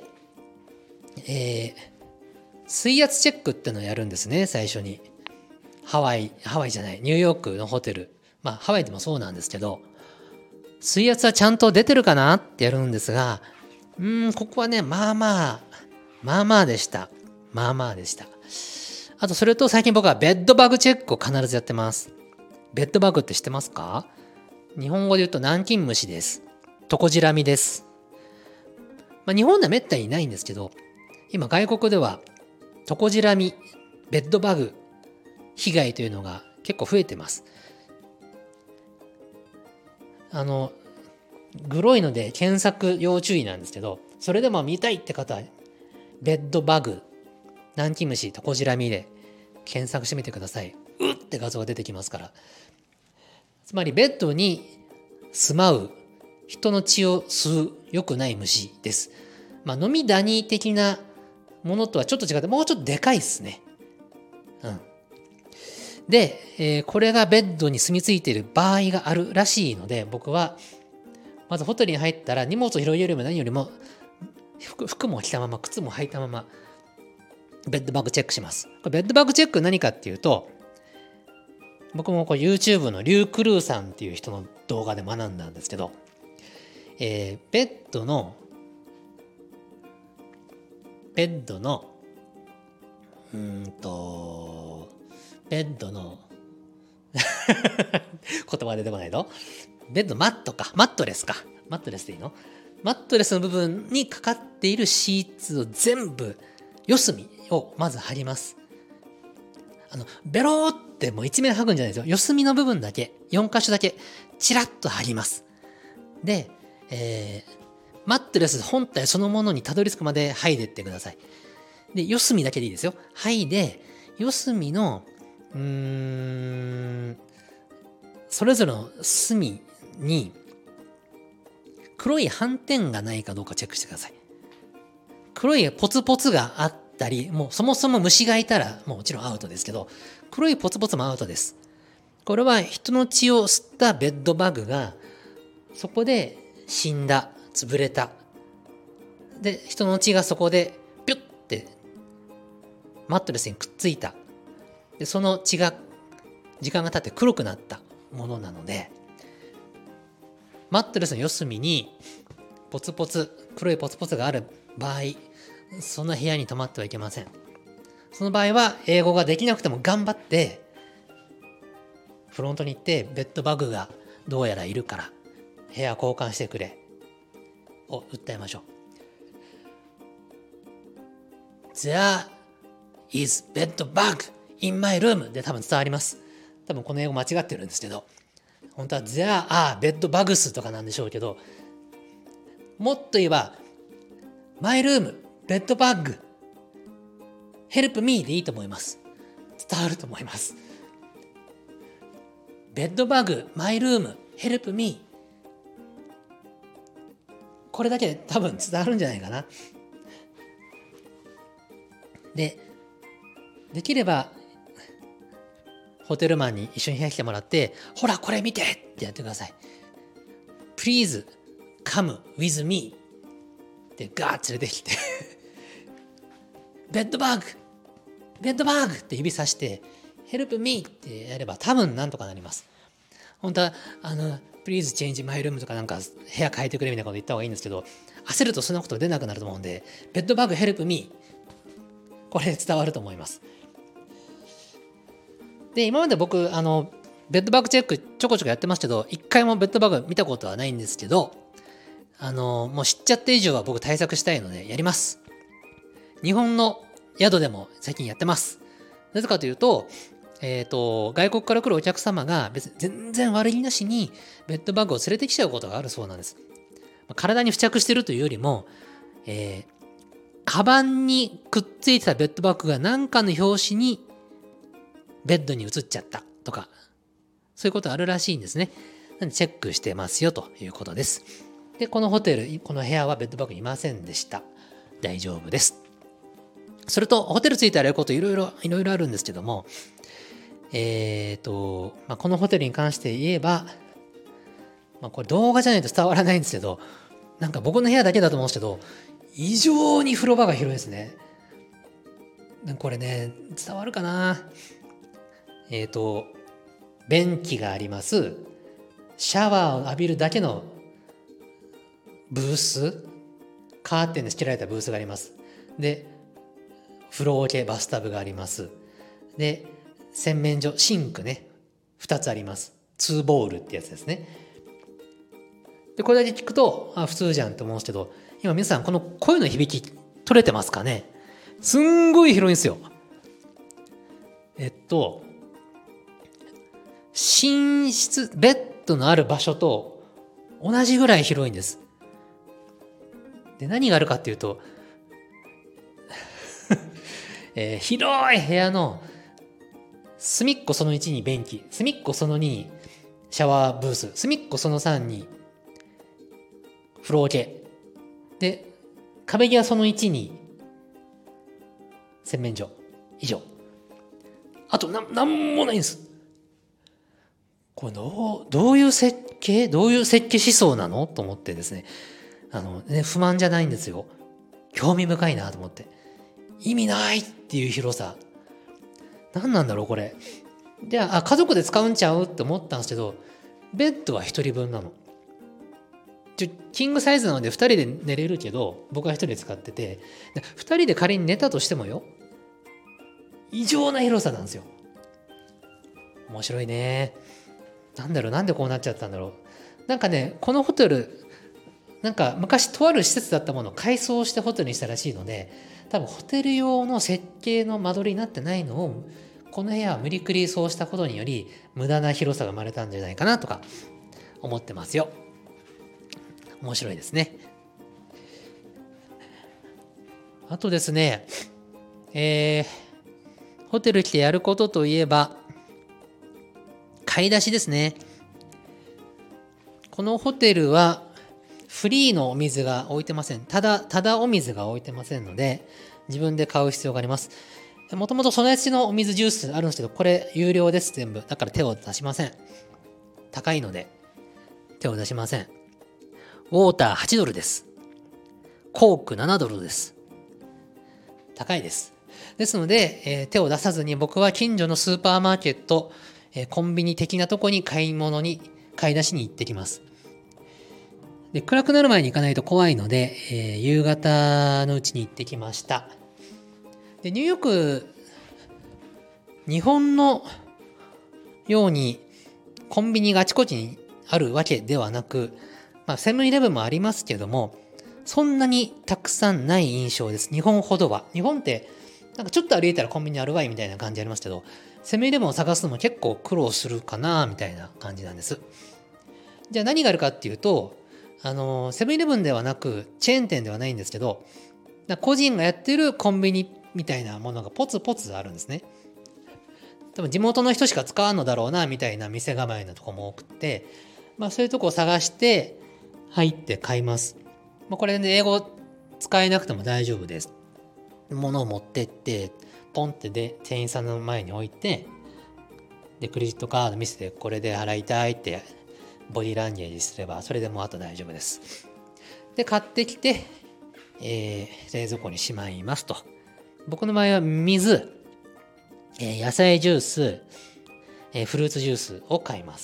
Speaker 1: 水圧チェックってのをやるんですね、最初に。ハワイじゃない、ニューヨークのホテル。ハワイでもそうなんですけど、水圧はちゃんと出てるかなってやるんですが、ここはね、まあまあでした。あと、それと最近僕はベッドバグチェックを必ずやってます。ベッドバグって知ってますか？日本語で言うと南京虫です。トコジラミです。日本ではめったにいないんですけど、今外国ではトコジラミ、ベッドバグ被害というのが結構増えてます。グロいので検索要注意なんですけど、それでも見たいって方はベッドバグ、南京虫、トコジラミで検索してみてください。って画像が出てきますから。つまりベッドに住まう人の血を吸う良くない虫です。飲みダニ的なものとはちょっと違って、もうちょっとでかいですね。で、これがベッドに住み着いている場合があるらしいので、僕はまずホテルに入ったら荷物を広げるよりも何よりも服も着たまま靴も履いたままベッドバグチェックします。ベッドバグチェック何かっていうと、僕もYouTube のリュウ・クルーさんっていう人の動画で学んだんですけど、ベッドの言葉出てこないの？ベッドマットレスでいいの？マットレスの部分にかかっているシーツを全部四隅をまず貼ります。ベローってもう一面剥ぐんじゃないですよ。四隅の部分だけ、4箇所だけチラッと貼ります。で、 マットレス本体そのものにたどり着くまで剥いでってください。で、四隅だけでいいですよ。剥いで、四隅の、それぞれの隅に黒い斑点がないかどうかチェックしてください。黒いポツポツがあったり、もうそもそも虫がいたらもちろんアウトですけど、黒いポツポツもアウトです。これは人の血を吸ったベッドバグがそこで死んだ、潰れた。で、人の血がそこでピュッてマットレスにくっついた。で、その血が時間が経って黒くなったものなので、マットレスの四隅にポツポツ、黒いポツポツがある場合、そんな部屋に泊まってはいけません。その場合は英語ができなくても頑張ってフロントに行ってベッドバグがどうやらいるから部屋交換してくれを訴えましょう。There is bed bug in my room で多分伝わります。多分この英語間違ってるんですけど、本当は There are bed bugs とかなんでしょうけど、もっと言えば My room bed bug help me でいいと思います。伝わると思います。ベッドバグ、マイルーム、ヘルプミー。これだけで多分伝わるんじゃないかな。できればホテルマンに一緒に部屋来てもらって、ほらこれ見てってやってください。Please come with me ってガーッ連れてきてベッドバグって指さしてHelp me ってやれば多分なんとかなります。本当はPlease change my room とかなんか部屋変えてくれみたいなこと言った方がいいんですけど、焦るとそんなこと出なくなると思うんで、ベッドバグ Help me これ伝わると思います。で、今まで僕ベッドバグチェックちょこちょこやってますけど、一回もベッドバグ見たことはないんですけど、もう知っちゃって以上は僕対策したいのでやります。日本の宿でも最近やってます。なぜかというと、外国から来るお客様が別に全然悪気なしにベッドバグを連れてきちゃうことがあるそうなんです。体に付着しているというよりも、カバンにくっついてたベッドバッグが何かの拍子にベッドに移っちゃったとか、そういうことあるらしいんですね。なんでチェックしてますよということです。で、このホテル、この部屋はベッドバッグいませんでした。大丈夫です。それと、ホテルついてあることいろいろあるんですけども、このホテルに関して言えば、これ動画じゃないと伝わらないんですけど、なんか僕の部屋だけだと思うんですけど、異常に風呂場が広いですね。これね、伝わるかな。便器があります。シャワーを浴びるだけのブース、カーテンで仕切られたブースがあります。で、風呂桶、バスタブがあります。で、洗面所、シンクね、2つあります。2ボールってやつですね。で、これだけ聞くと、普通じゃんって思うんですけど、今皆さんこの声の響き取れてますかね？すんごい広いんですよ。寝室、ベッドのある場所と同じぐらい広いんです。で、何があるかっていうと、広い部屋の隅っこその1に便器、隅っこその2にシャワーブース、隅っこその3に風呂桶で、壁際その1に洗面所以上。あとなんもないんです。これどういう設計思想なのと思ってですね、不満じゃないんですよ。興味深いなと思って。意味ないっていう広さ。何なんだろうこれ。じゃあ家族で使うんちゃうって思ったんですけど、ベッドは1人分なの。キングサイズなので2人で寝れるけど、僕は1人で使ってて、2人で仮に寝たとしてもよ、異常な広さなんですよ。面白いね。なんでこうなっちゃったんだろう。なんかね、このホテル、なんか昔とある施設だったものを改装してホテルにしたらしいので、多分ホテル用の設計の間取りになってないのを、この部屋は無理くりそうしたことにより無駄な広さが生まれたんじゃないかなとか思ってますよ。面白いですね。 あとですね、ホテル来てやることといえば、買い出しですね。このホテルはフリーのお水が置いてません。ただお水が置いてませんので、自分で買う必要があります。もともと備え付けのお水ジュースあるんですけど、これ有料です、全部。だから手を出しません。高いので手を出しません。ウォーター8ドルです。コーク7ドルです。高いです。ですので、手を出さずに僕は近所のスーパーマーケット、コンビニ的なとこに買い出しに行ってきます。で、暗くなる前に行かないと怖いので、夕方のうちに行ってきました。で、ニューヨーク、日本のようにコンビニがあちこちにあるわけではなく、セブンイレブンもありますけども、そんなにたくさんない印象です。日本ほどは。日本って、なんかちょっと歩いたらコンビニあるわいみたいな感じありますけど、セブンイレブンを探すのも結構苦労するかなみたいな感じなんです。じゃあ何があるかっていうと、セブンイレブンではなく、チェーン店ではないんですけど、個人がやってるコンビニみたいなものがポツポツあるんですね。多分地元の人しか使わんのだろうなみたいな店構えのとこも多くて、そういうとこを探して入って買います。これで英語使えなくても大丈夫です。物を持ってってポンってで店員さんの前に置いて、でクレジットカード見せてこれで払いたいってボディーランゲージすればそれでもうあと大丈夫です。で買ってきて、冷蔵庫にしまいますと。僕の場合は水、野菜ジュース、フルーツジュースを買います。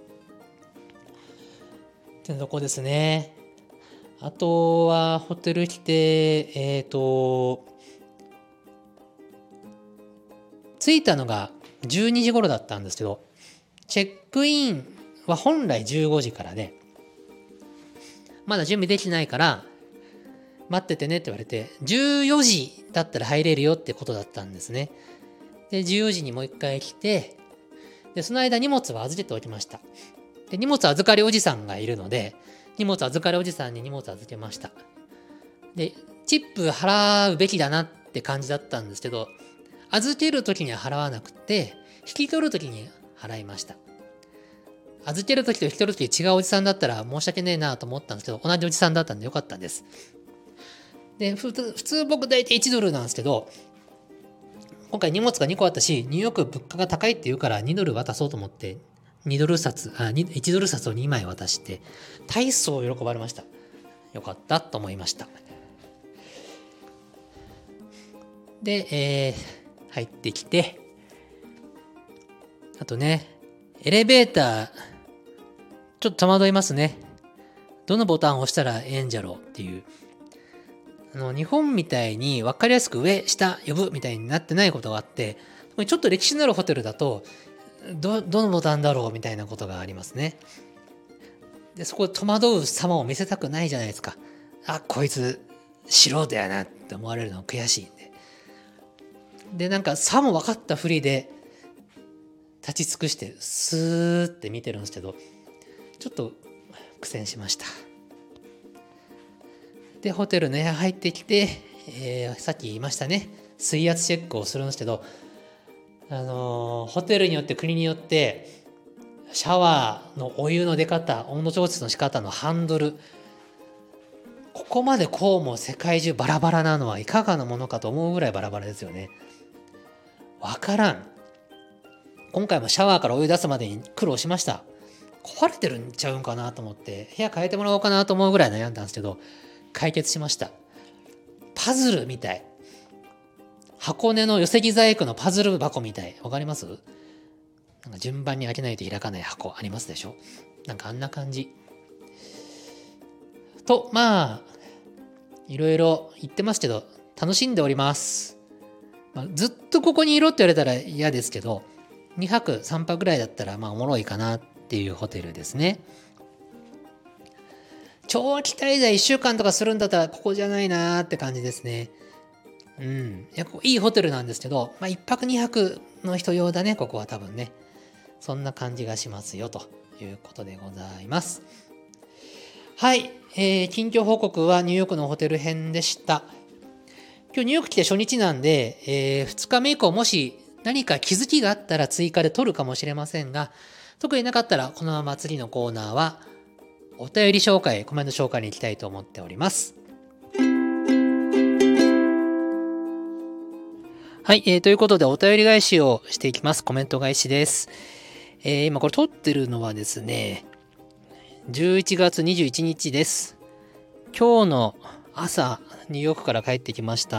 Speaker 1: ってとこですね。あとはホテル来て、着いたのが12時頃だったんですけど、チェックインは本来15時からで、まだ準備できないから待っててねって言われて、14時だったら入れるよってことだったんですね。で、14時にもう一回来て、で、その間荷物は預けておきました。で、荷物預かりおじさんがいるので、荷物預かりおじさんに荷物預けました。で、チップ払うべきだなって感じだったんですけど、預けるときには払わなくて、引き取るときに払いました。預けるときと引き取るとき違うおじさんだったら申し訳ねえなと思ったんですけど、同じおじさんだったんでよかったんです。で、普通僕大体1ドルなんですけど、今回荷物が2個あったし、ニューヨーク物価が高いって言うから2ドル渡そうと思って、1ドル札を2枚渡して、大層喜ばれました。よかったと思いました。で、入ってきて、あとね、エレベーター、ちょっと戸惑いますね。どのボタンを押したらええんじゃろうっていう。日本みたいに分かりやすく上、下、呼ぶみたいになってないことがあって、ちょっと歴史のあるホテルだと、どのボタンだろうみたいなことがありますね。で、そこで戸惑う様を見せたくないじゃないですか。あ、こいつ素人やなって思われるの悔しいんで。で、なんかさも分かったふりで立ち尽くしてスーって見てるんですけど、ちょっと苦戦しました。で、ホテルの部屋入ってきて、さっき言いましたね、水圧チェックをするんですけど、ホテルによって国によってシャワーのお湯の出方、温度調節の仕方のハンドル、ここまでこうも世界中バラバラなのはいかがなものかと思うぐらいバラバラですよね。わからん。今回もシャワーからお湯出すまでに苦労しました。壊れてるんちゃうんかなと思って部屋変えてもらおうかなと思うぐらい悩んだんですけど、解決しました。パズルみたい。箱根の寄木細工のパズル箱みたい。わかります？なんか順番に開けないと開かない箱ありますでしょ？なんかあんな感じ。と、いろいろ言ってますけど、楽しんでおります。ずっとここにいろって言われたら嫌ですけど、2泊3泊ぐらいだったらおもろいかなっていうホテルですね。長期滞在1週間とかするんだったらここじゃないなーって感じですね。いいホテルなんですけど、1泊2泊の人用だね、ここは多分ね。そんな感じがしますよということでございます。はい、近況報告はニューヨークのホテル編でした。 今日ニューヨーク来て初日なんで、2日目以降もし何か気づきがあったら追加で撮るかもしれませんが、特になかったらこのまま次のコーナーはお便り紹介、コメント紹介に行きたいと思っております。はい、ということでお便り返しをしていきます。コメント返しです。今これ撮ってるのはですね、11月21日です。今日の朝、ニューヨークから帰ってきました。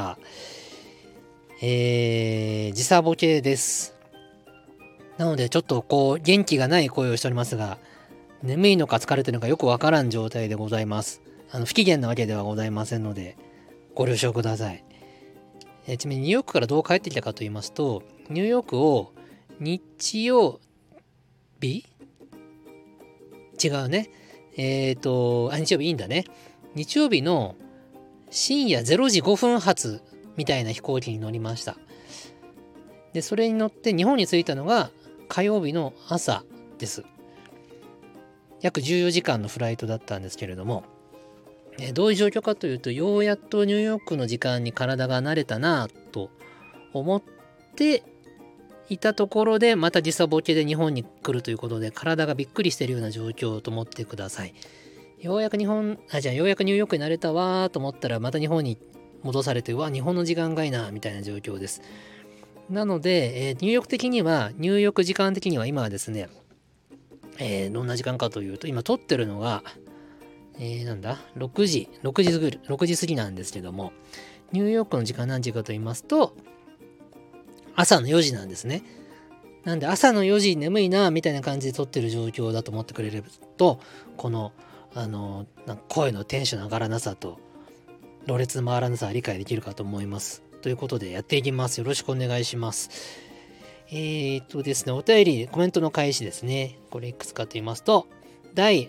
Speaker 1: 時差ボケです。なのでちょっと元気がない声をしておりますが、眠いのか疲れてるのかよくわからん状態でございます。不機嫌なわけではございませんので、ご了承ください。ちなみにニューヨークからどう帰ってきたかと言いますと、ニューヨークを日曜日違うね。日曜日いいんだね。日曜日の深夜0時5分発みたいな飛行機に乗りました。で、それに乗って日本に着いたのが火曜日の朝です。約14時間のフライトだったんですけれども、どういう状況かというと、ようやっとニューヨークの時間に体が慣れたなと思っていたところで、また時差ボケで日本に来るということで、体がびっくりしているような状況と思ってください。ようやくニューヨークに慣れたわーと思ったら、また日本に戻されて、日本の時間がいいなみたいな状況です。なので、入浴時間的には今はですね、どんな時間かというと、今撮ってるのが、6時過ぎなんですけども、ニューヨークの時間何時かと言いますと、朝の4時なんですね。なんで朝の4時眠いなみたいな感じで撮ってる状況だと思ってくれると、この、声のテンションの上がらなさと、ろれつの回らなさは理解できるかと思います。ということでやっていきます。よろしくお願いします。ですね、お便り、コメントの返しですね。これいくつかと言いますと、第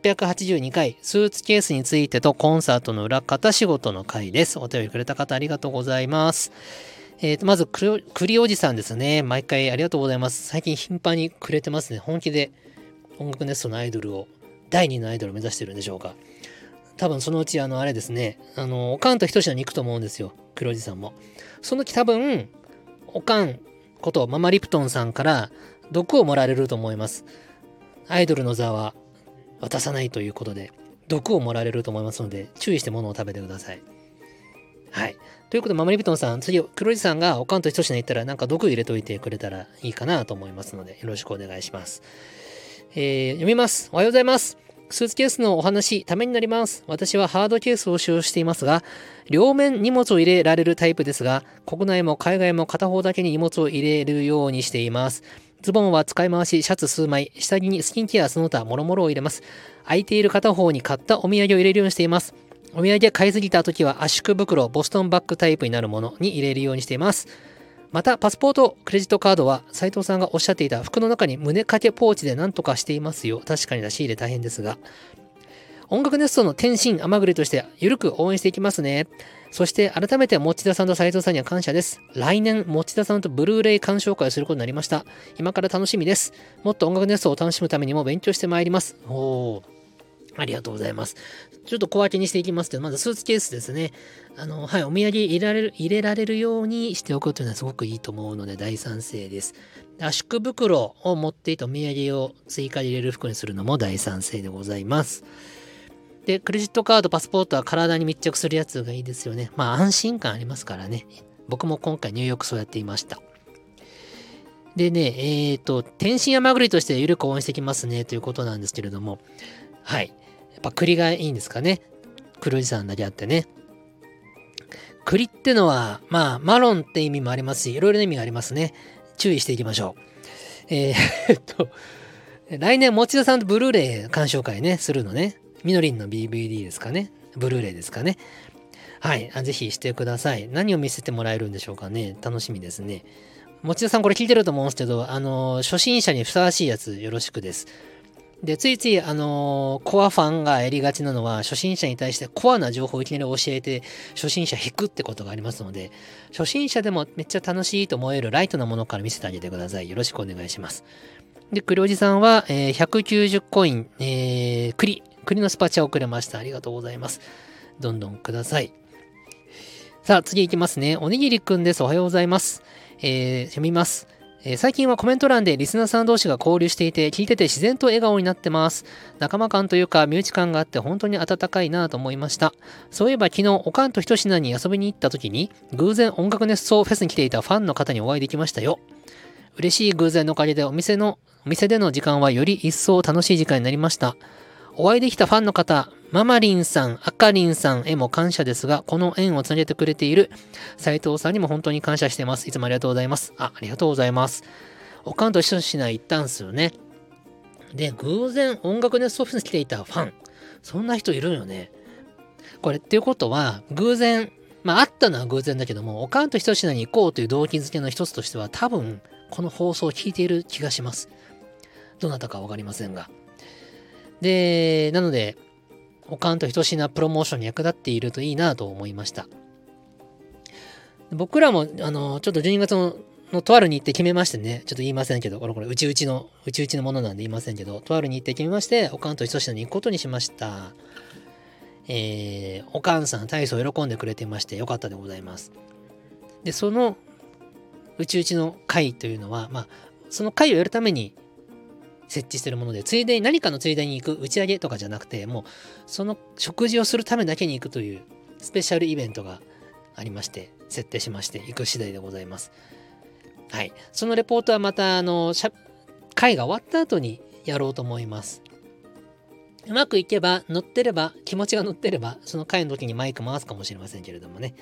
Speaker 1: 882回、スーツケースについてとコンサートの裏方仕事の回です。お便りくれた方ありがとうございます。まず、栗おじさんですね。毎回ありがとうございます。最近頻繁にくれてますね。本気で音楽ネストのアイドルを、第2のアイドルを目指してるんでしょうか。多分そのうちあれですね、おかんとひとしに行くと思うんですよ。栗おじさんも。その時多分、おかんことママリプトンさんから毒をもらえると思います。アイドルの座は渡さないということで、毒をもらえると思いますので、注意して物を食べてください。はい。ということで、ママリプトンさん、次、黒地さんがおかんとひとしに行ったら、なんか毒入れといてくれたらいいかなと思いますので、よろしくお願いします。読みます。おはようございます。スーツケースのお話、ためになります。私はハードケースを使用していますが、両面荷物を入れられるタイプですが、国内も海外も片方だけに荷物を入れるようにしています。ズボンは使い回し、シャツ数枚、下着にスキンケア、その他、もろもろを入れます。空いている片方に買ったお土産を入れるようにしています。お土産買いすぎた時は圧縮袋、ボストンバッグタイプになるものに入れるようにしています。また、パスポート、クレジットカードは、斉藤さんがおっしゃっていた服の中に胸掛けポーチで何とかしていますよ。確かに出し入れ大変ですが。音楽ネストの天心甘栗として、ゆるく応援していきますね。そして、改めて持田さんと斉藤さんには感謝です。来年、持田さんとブルーレイ鑑賞会をすることになりました。今から楽しみです。もっと音楽ネストを楽しむためにも勉強してまいります。ありがとうございます。ちょっと小分けにしていきますけど、まずスーツケースですね。お土産入れられるようにしておくというのはすごくいいと思うので大賛成です。圧縮袋を持っていてお土産を追加で入れる服にするのも大賛成でございます。で、クレジットカード、パスポートは体に密着するやつがいいですよね。安心感ありますからね。僕も今回ニューヨークそうやっていました。でね、天津甘栗としてゆるく応援してきますねということなんですけれども、はい。やっぱ栗がいいんですかね。黒おじさんだけあってね。栗ってのは、マロンって意味もありますし、いろいろな意味がありますね。注意していきましょう。来年、持田さんとブルーレイ鑑賞会ね、するのね。みのりんの BVD ですかね。ブルーレイですかね。はい。ぜひしてください。何を見せてもらえるんでしょうかね。楽しみですね。持田さんこれ聞いてると思うんですけど、初心者にふさわしいやつよろしくです。で、ついつい、コアファンがやりがちなのは、初心者に対してコアな情報をいきなり教えて、初心者引くってことがありますので、初心者でもめっちゃ楽しいと思えるライトなものから見せてあげてください。よろしくお願いします。で、栗おじさんは、190コイン、栗のスパチャをくれました。ありがとうございます。どんどんください。 さあ、次いきますね。おにぎりくんです。おはようございます。読みます。最近はコメント欄でリスナーさん同士が交流していて、聞いてて自然と笑顔になってます。仲間感というか、身内感があって本当に温かいなと思いました。そういえば昨日、おかんとひとしなに遊びに行った時に、偶然音楽熱奏フェスに来ていたファンの方にお会いできましたよ。嬉しい偶然のおかげでお店での時間はより一層楽しい時間になりました。お会いできたファンの方、ママリンさん、アカリンさんへも感謝ですが、この縁をつなげてくれている斉藤さんにも本当に感謝しています。いつもありがとうございます。ありがとうございます。おかんと一緒にしない行ったんすよね。で、偶然音楽熱奏フェスに来ていたファン。そんな人いるよね。これっていうことは、偶然、あったのは偶然だけども、おかんと一緒に行こうという動機づけの一つとしては、多分、この放送を聞いている気がします。どなたかわかりませんが。で、なので、おかんと等しなプロモーションに役立っているといいなと思いました。僕らも、ちょっと12月のとある日程決めましてね、ちょっと言いませんけど、これうちうちのものなんで言いませんけど、とある日程決めまして、おかんと等しなに行くことにしました。おかんさん体操喜んでくれてましてよかったでございます。で、そのうちの会というのは、その会をやるために設置しているもので、ついでに何かのついでに行く打ち上げとかじゃなくて、もうその食事をするためだけに行くというスペシャルイベントがありまして、設定しまして行く次第でございます。はい。そのレポートはまた会が終わった後にやろうと思います。うまくいけば、気持ちが乗ってれば、その会の時にマイク回すかもしれませんけれどもね。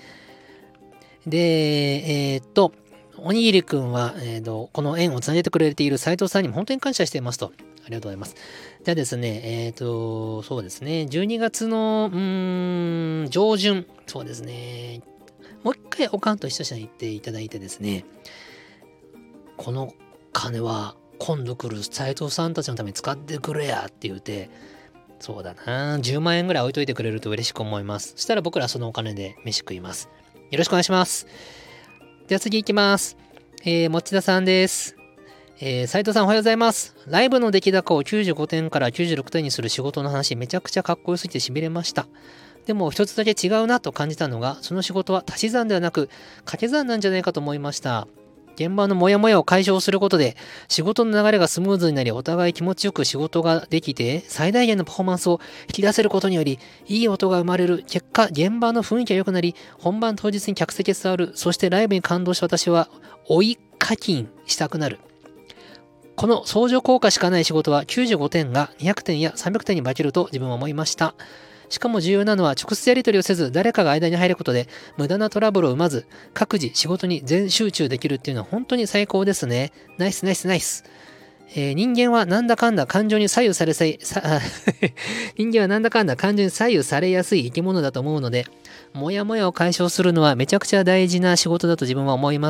Speaker 1: で、おにぎりくんは、この縁をつなげてくれている斉藤さんにも本当に感謝していますと。ありがとうございます。じゃあですね、そうですね、12月の、上旬、そうですね、もう一回おかんと一緒に行っていただいてですね、この金は今度来る斉藤さんたちのために使ってくれやって言うて、そうだな、10万円ぐらい置いといてくれると嬉しく思います。そしたら僕らそのお金で飯食います。よろしくお願いします。では次行きます。持田さんです。斉藤さんおはようございます。ライブの出来高を95点から96点にする仕事の話、めちゃくちゃかっこよすぎて痺れました。でも一つだけ違うなと感じたのが、その仕事は足し算ではなく掛け算なんじゃないかと思いました。現場のモヤモヤを解消することで、仕事の流れがスムーズになり、お互い気持ちよく仕事ができて、最大限のパフォーマンスを引き出せることにより、いい音が生まれる。結果、現場の雰囲気が良くなり、本番当日に客席へ伝わる。そしてライブに感動した私は、追い課金したくなる。この相乗効果しかない仕事は95点が200点や300点に化けると自分は思いました。しかも重要なのは直接やり取りをせず誰かが間に入ることで無駄なトラブルを生まず各自仕事に全集中できるっていうのは本当に最高ですね。ナイスナイスナイス。人間はなんだかんだ感情に左右され人間はなんだかんだ感情に左右されやすい生き物だと思うので、もやもやを解消するのはめちゃくちゃ大事な仕事だと自分は思います。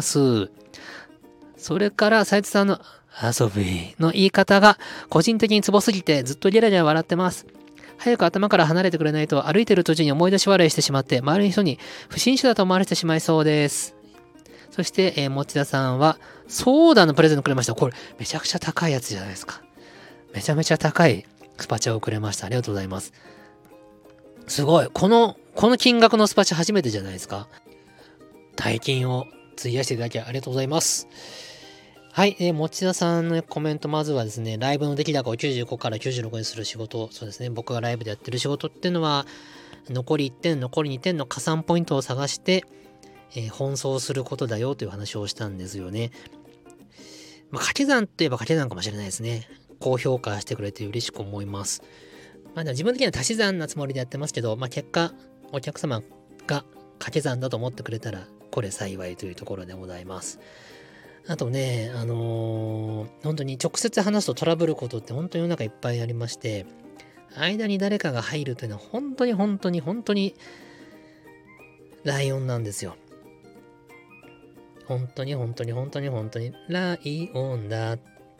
Speaker 1: それから斉藤さんの遊びの言い方が個人的にツボすぎてずっとゲラゲラ笑ってます。早く頭から離れてくれないと歩いてる途中に思い出し笑いしてしまって周りの人に不審者だと思われてしまいそうです。そして、持田さんはソーダのプレゼントくれました。これめちゃくちゃ高いやつじゃないですか。めちゃめちゃ高いスパチャをくれました。ありがとうございます。すごい。この金額のスパチャ初めてじゃないですか。大金を費やしていただきありがとうございます。はい、持田さんのコメント、まずはですね、ライブの出来高を95から96にする仕事、そうですね、僕がライブでやってる仕事っていうのは、残り1点、残り2点の加算ポイントを探して、奔走することだよという話をしたんですよね。掛け算といえば掛け算かもしれないですね。高評価してくれて嬉しく思います。自分的には足し算なつもりでやってますけど、結果、お客様が掛け算だと思ってくれたら、これ幸いというところでございます。あとね、本当に直接話すとトラブることって本当に世の中いっぱいありまして、間に誰かが入るというのは本当にライオンなんですよ。本当にライオンだ。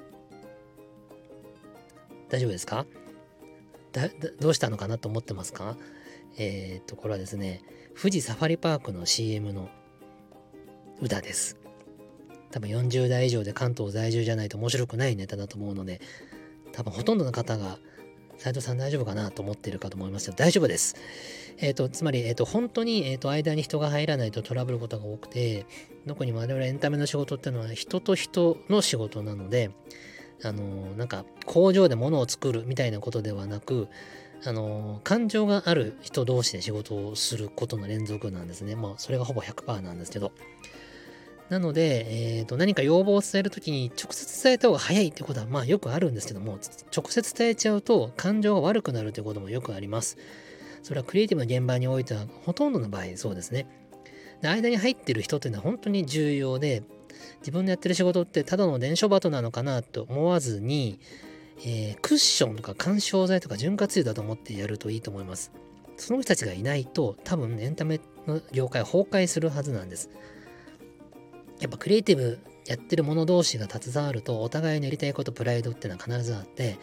Speaker 1: 大丈夫ですか？どうしたのかなと思ってますか？これはですね、富士サファリパークの CM の歌です。多分40代以上で関東在住じゃないと面白くないネタだと思うので、多分ほとんどの方が斉藤さん大丈夫かなと思っているかと思いますよ。大丈夫です。つまり、本当に、間に人が入らないとトラブることが多くて、特に我々エンタメの仕事っていうのは人と人の仕事なので、なんか工場で物を作るみたいなことではなく、感情がある人同士で仕事をすることの連続なんですね。それがほぼ 100% なんですけど。なので、何か要望を伝えるときに直接伝えた方が早いってことはよくあるんですけども、直接伝えちゃうと感情が悪くなるということもよくあります。それはクリエイティブな現場においてはほとんどの場合そうですね。で、間に入ってる人っていうのは本当に重要で、自分のやってる仕事ってただの伝書バトなのかなと思わずに、クッションとか緩衝材とか潤滑油だと思ってやるといいと思います。その人たちがいないと多分エンタメの業界は崩壊するはずなんです。やっぱクリエイティブやってる者同士が携わるとお互いのやりたいことプライドっていうのは必ずあって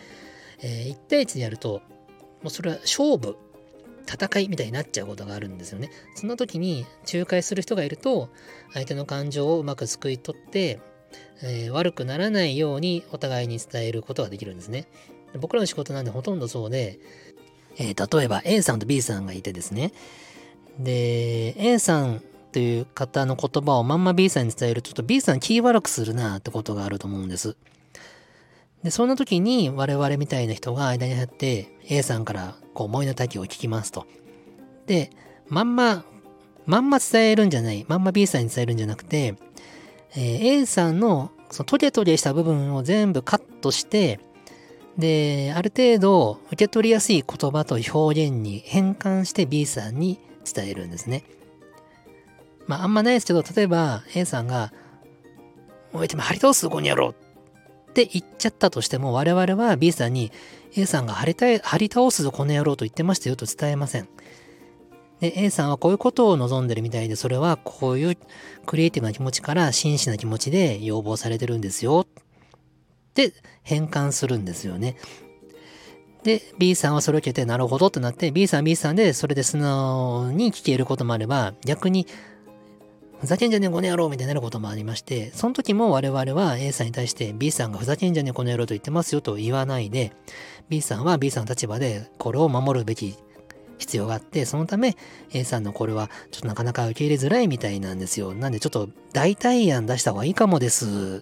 Speaker 1: 、1対1でやるともうそれは勝負戦いみたいになっちゃうことがあるんですよね。そんな時に仲介する人がいると相手の感情をうまくすくい取って、悪くならないようにお互いに伝えることができるんですね。僕らの仕事なんでほとんどそうで、例えば A さんと B さんがいてですね。で A さんという方の言葉をまんま B さんに伝えると、ちょっと B さん気悪くするなってことがあると思うんです。で、そんな時に我々みたいな人が間に入って A さんから思いの丈を聞きますと。で、まんま伝えるんじゃない、まんま B さんに伝えるんじゃなくて、A さんのそのトゲトゲした部分を全部カットして、で、ある程度受け取りやすい言葉と表現に変換して B さんに伝えるんですね。あんまないですけど、例えば A さんが、おいても張り通すこにやろうって言っちゃったとしても、我々は B さんに A さんが張り倒すぞこの野郎と言ってましたよと伝えません。で、A さんはこういうことを望んでるみたいで、それはこういうクリエイティブな気持ちから真摯な気持ちで要望されてるんですよって変換するんですよね。で、B さんはそれを受けてなるほどってなって、B さんでそれで素直に聞けることもあれば、逆にふざけんじゃねえこの野郎みたいになることもありまして、その時も我々は A さんに対して B さんがふざけんじゃねえこの野郎と言ってますよと言わないで、B さんは B さんの立場でこれを守るべき必要があって、そのため A さんのこれはちょっとなかなか受け入れづらいみたいなんですよ。なんでちょっと代替案出した方がいいかもです。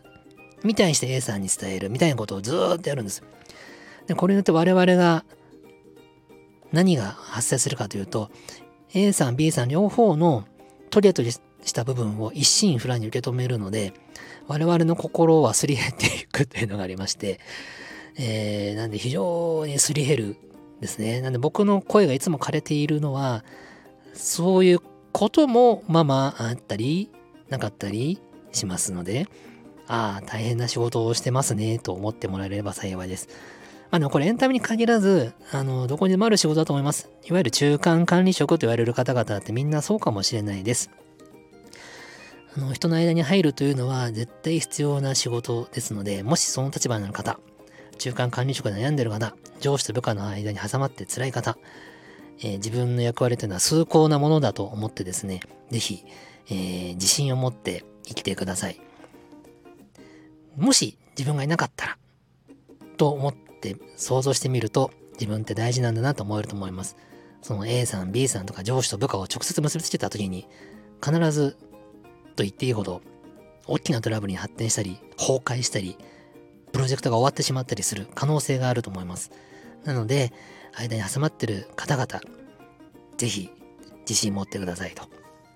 Speaker 1: みたいにして A さんに伝えるみたいなことをずーっとやるんです。で、これによって我々が何が発生するかというと、A さん、B さん両方のトゲトゲした部分を一心不乱に受け止めるので、我々の心はすり減っていくというのがありまして、なんで非常にすり減るですね。なんで僕の声がいつも枯れているのは、そういうこともあったりなかったりしますので、大変な仕事をしてますねと思ってもらえれば幸いです。でもこれエンタメに限らず、どこにでもある仕事だと思います。いわゆる中間管理職と言われる方々ってみんなそうかもしれないです。人の間に入るというのは絶対必要な仕事ですので、もしその立場になる方、中間管理職で悩んでる方、上司と部下の間に挟まって辛い方、自分の役割というのは崇高なものだと思ってですね、ぜひ、自信を持って生きてください。もし自分がいなかったら、と思って想像してみると、自分って大事なんだなと思えると思います。その A さん、B さんとか上司と部下を直接結びつけた時に、必ずと言っていいほど大きなトラブルに発展したり崩壊したりプロジェクトが終わってしまったりする可能性があると思います。なので間に挟まってる方々、ぜひ自信持ってくださいと。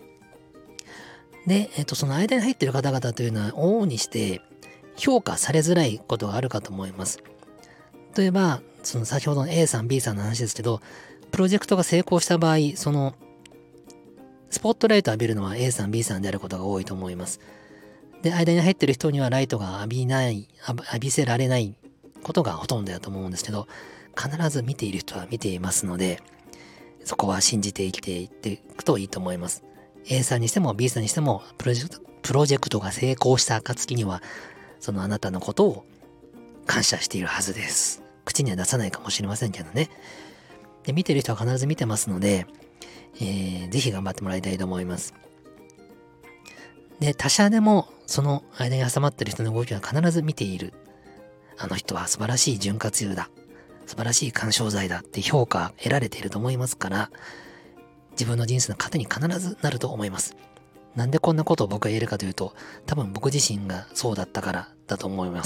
Speaker 1: で、その間に入ってる方々というのは往々にして評価されづらいことがあるかと思います。例えばその先ほどの A さん B さんの話ですけど、プロジェクトが成功した場合、そのスポットライトを浴びるのは A さん B さんであることが多いと思います。で、間に入ってる人にはライトが浴びせられないことがほとんどだと思うんですけど、必ず見ている人は見ていますので、そこは信じて生きていっていくといいと思います。A さんにしても B さんにしてもプロジェクトが成功した暁には、そのあなたのことを感謝しているはずです。口には出さないかもしれませんけどね。で、見てる人は必ず見てますので、ぜひ頑張ってもらいたいと思います。で、他者でもその間に挟まってる人の動きは必ず見ている。あの人は素晴らしい潤滑油だ。 素晴らしい鑑賞材だって評価得られていると思いますから、自分の人生の糧に必ずなると思います。なんでこんなことを僕が言えるかというと、多分僕自身がそうだったからだと思います。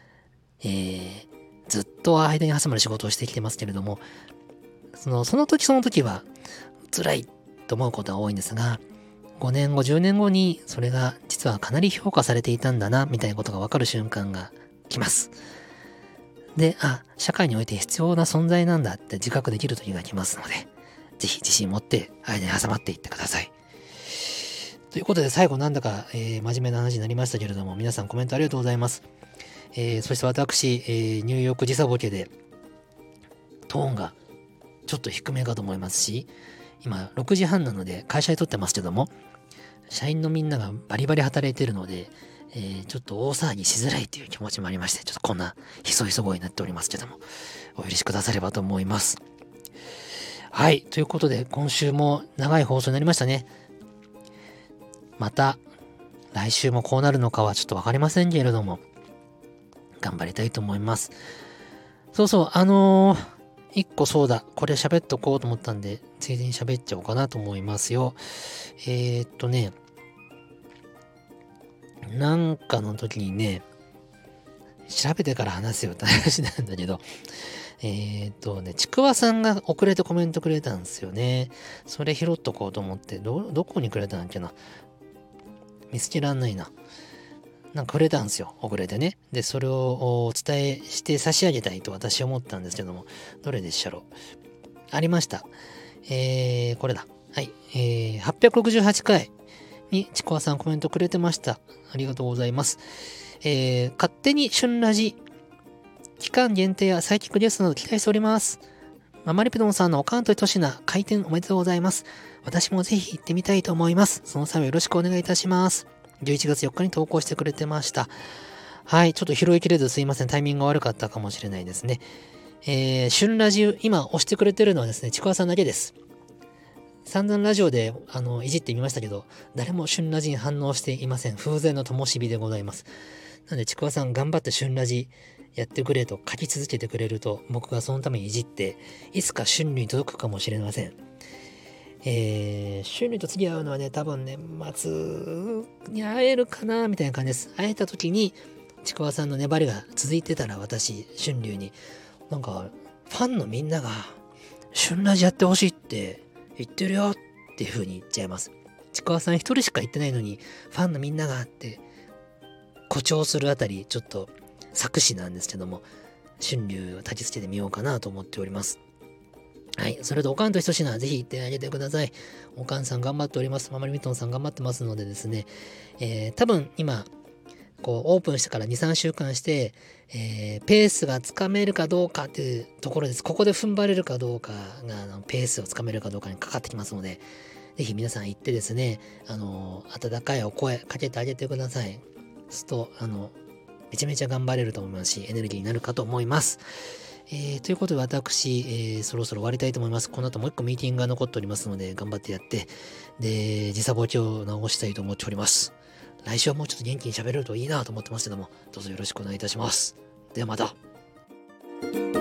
Speaker 1: ずっと間に挟まる仕事をしてきてますけれども、その時その時は辛いと思うことが多いんですが、5年後、10年後にそれが実はかなり評価されていたんだな、みたいなことがわかる瞬間が来ます。で、社会において必要な存在なんだって自覚できる時が来ますので、ぜひ自信持って間に挟まっていってください。ということで最後なんだか、真面目な話になりましたけれども、皆さんコメントありがとうございます。そして私、ニューヨーク時差ボケでトーンがちょっと低めかと思いますし、今6時半なので会社で撮ってますけども、社員のみんながバリバリ働いてるので、ちょっと大騒ぎしづらいという気持ちもありまして、ちょっとこんなひそひそ声になっておりますけども、お許しくださればと思います。はい、ということで今週も長い放送になりましたね。また来週もこうなるのかはちょっとわかりませんけれども、頑張りたいと思います。そうそう、一個そうだ、これ喋っとこうと思ったんで、ついでに喋っちゃおうかなと思いますよ。なんかの時にね、調べてから話すよって話なんだけど、ちくわさんが遅れてコメントくれたんですよね。それ拾っとこうと思って、どこにくれたんだっけな。見つけらんないな。なんかくれたんですよ。遅れてね。で、それをお伝えして差し上げたいと私は思ったんですけども、どれでしょう。ありました。これだ。はい。868回にちくわさんコメントくれてました。ありがとうございます。勝手に旬ラジ期間限定やサイキックゲストなど期待しております。ママリペドンさんのおかんといとしな開店おめでとうございます。私もぜひ行ってみたいと思います。その際はよろしくお願いいたします。11月4日に投稿してくれてました。はい、ちょっと拾いきれずすいません。タイミングが悪かったかもしれないですね。旬ラジ今押してくれてるのはですね、ちくわさんだけです。散々ラジオでいじってみましたけど、誰も旬ラジに反応していません。風前の灯火でございます。なのでちくわさん頑張って旬ラジやってくれと書き続けてくれると、僕がそのためにいじって、いつか春類に届くかもしれません。春類と次会うのはね、多分年末に会えるかなみたいな感じです。会えた時に、ちくわさんの粘りが続いてたら私、春類に、なんか、ファンのみんなが、春ラジやってほしいって言ってるよっていう風に言っちゃいます。ちくわさん一人しか言ってないのに、ファンのみんながって、誇張するあたり、ちょっと、作詞なんですけども、春流を立ちつけてみようかなと思っております。はい。それと、おかんとひとしな、ぜひ行ってあげてください。おかんさん頑張っております。ママリミトンさん頑張ってますのでですね、多分今、オープンしてから2、3週間して、ペースがつかめるかどうかっていうところです。ここで踏ん張れるかどうかが、ペースをつかめるかどうかにかかってきますので、ぜひ皆さん行ってですね、温かいお声かけてあげてください。そうすると、めちゃめちゃ頑張れると思いますし、エネルギーになるかと思います。ということで私、そろそろ終わりたいと思います。この後もう一個ミーティングが残っておりますので、頑張ってやって、で、時差ボケを直したいと思っております。来週はもうちょっと元気に喋れるといいなと思ってますけども、どうぞよろしくお願いいたします。ではまた。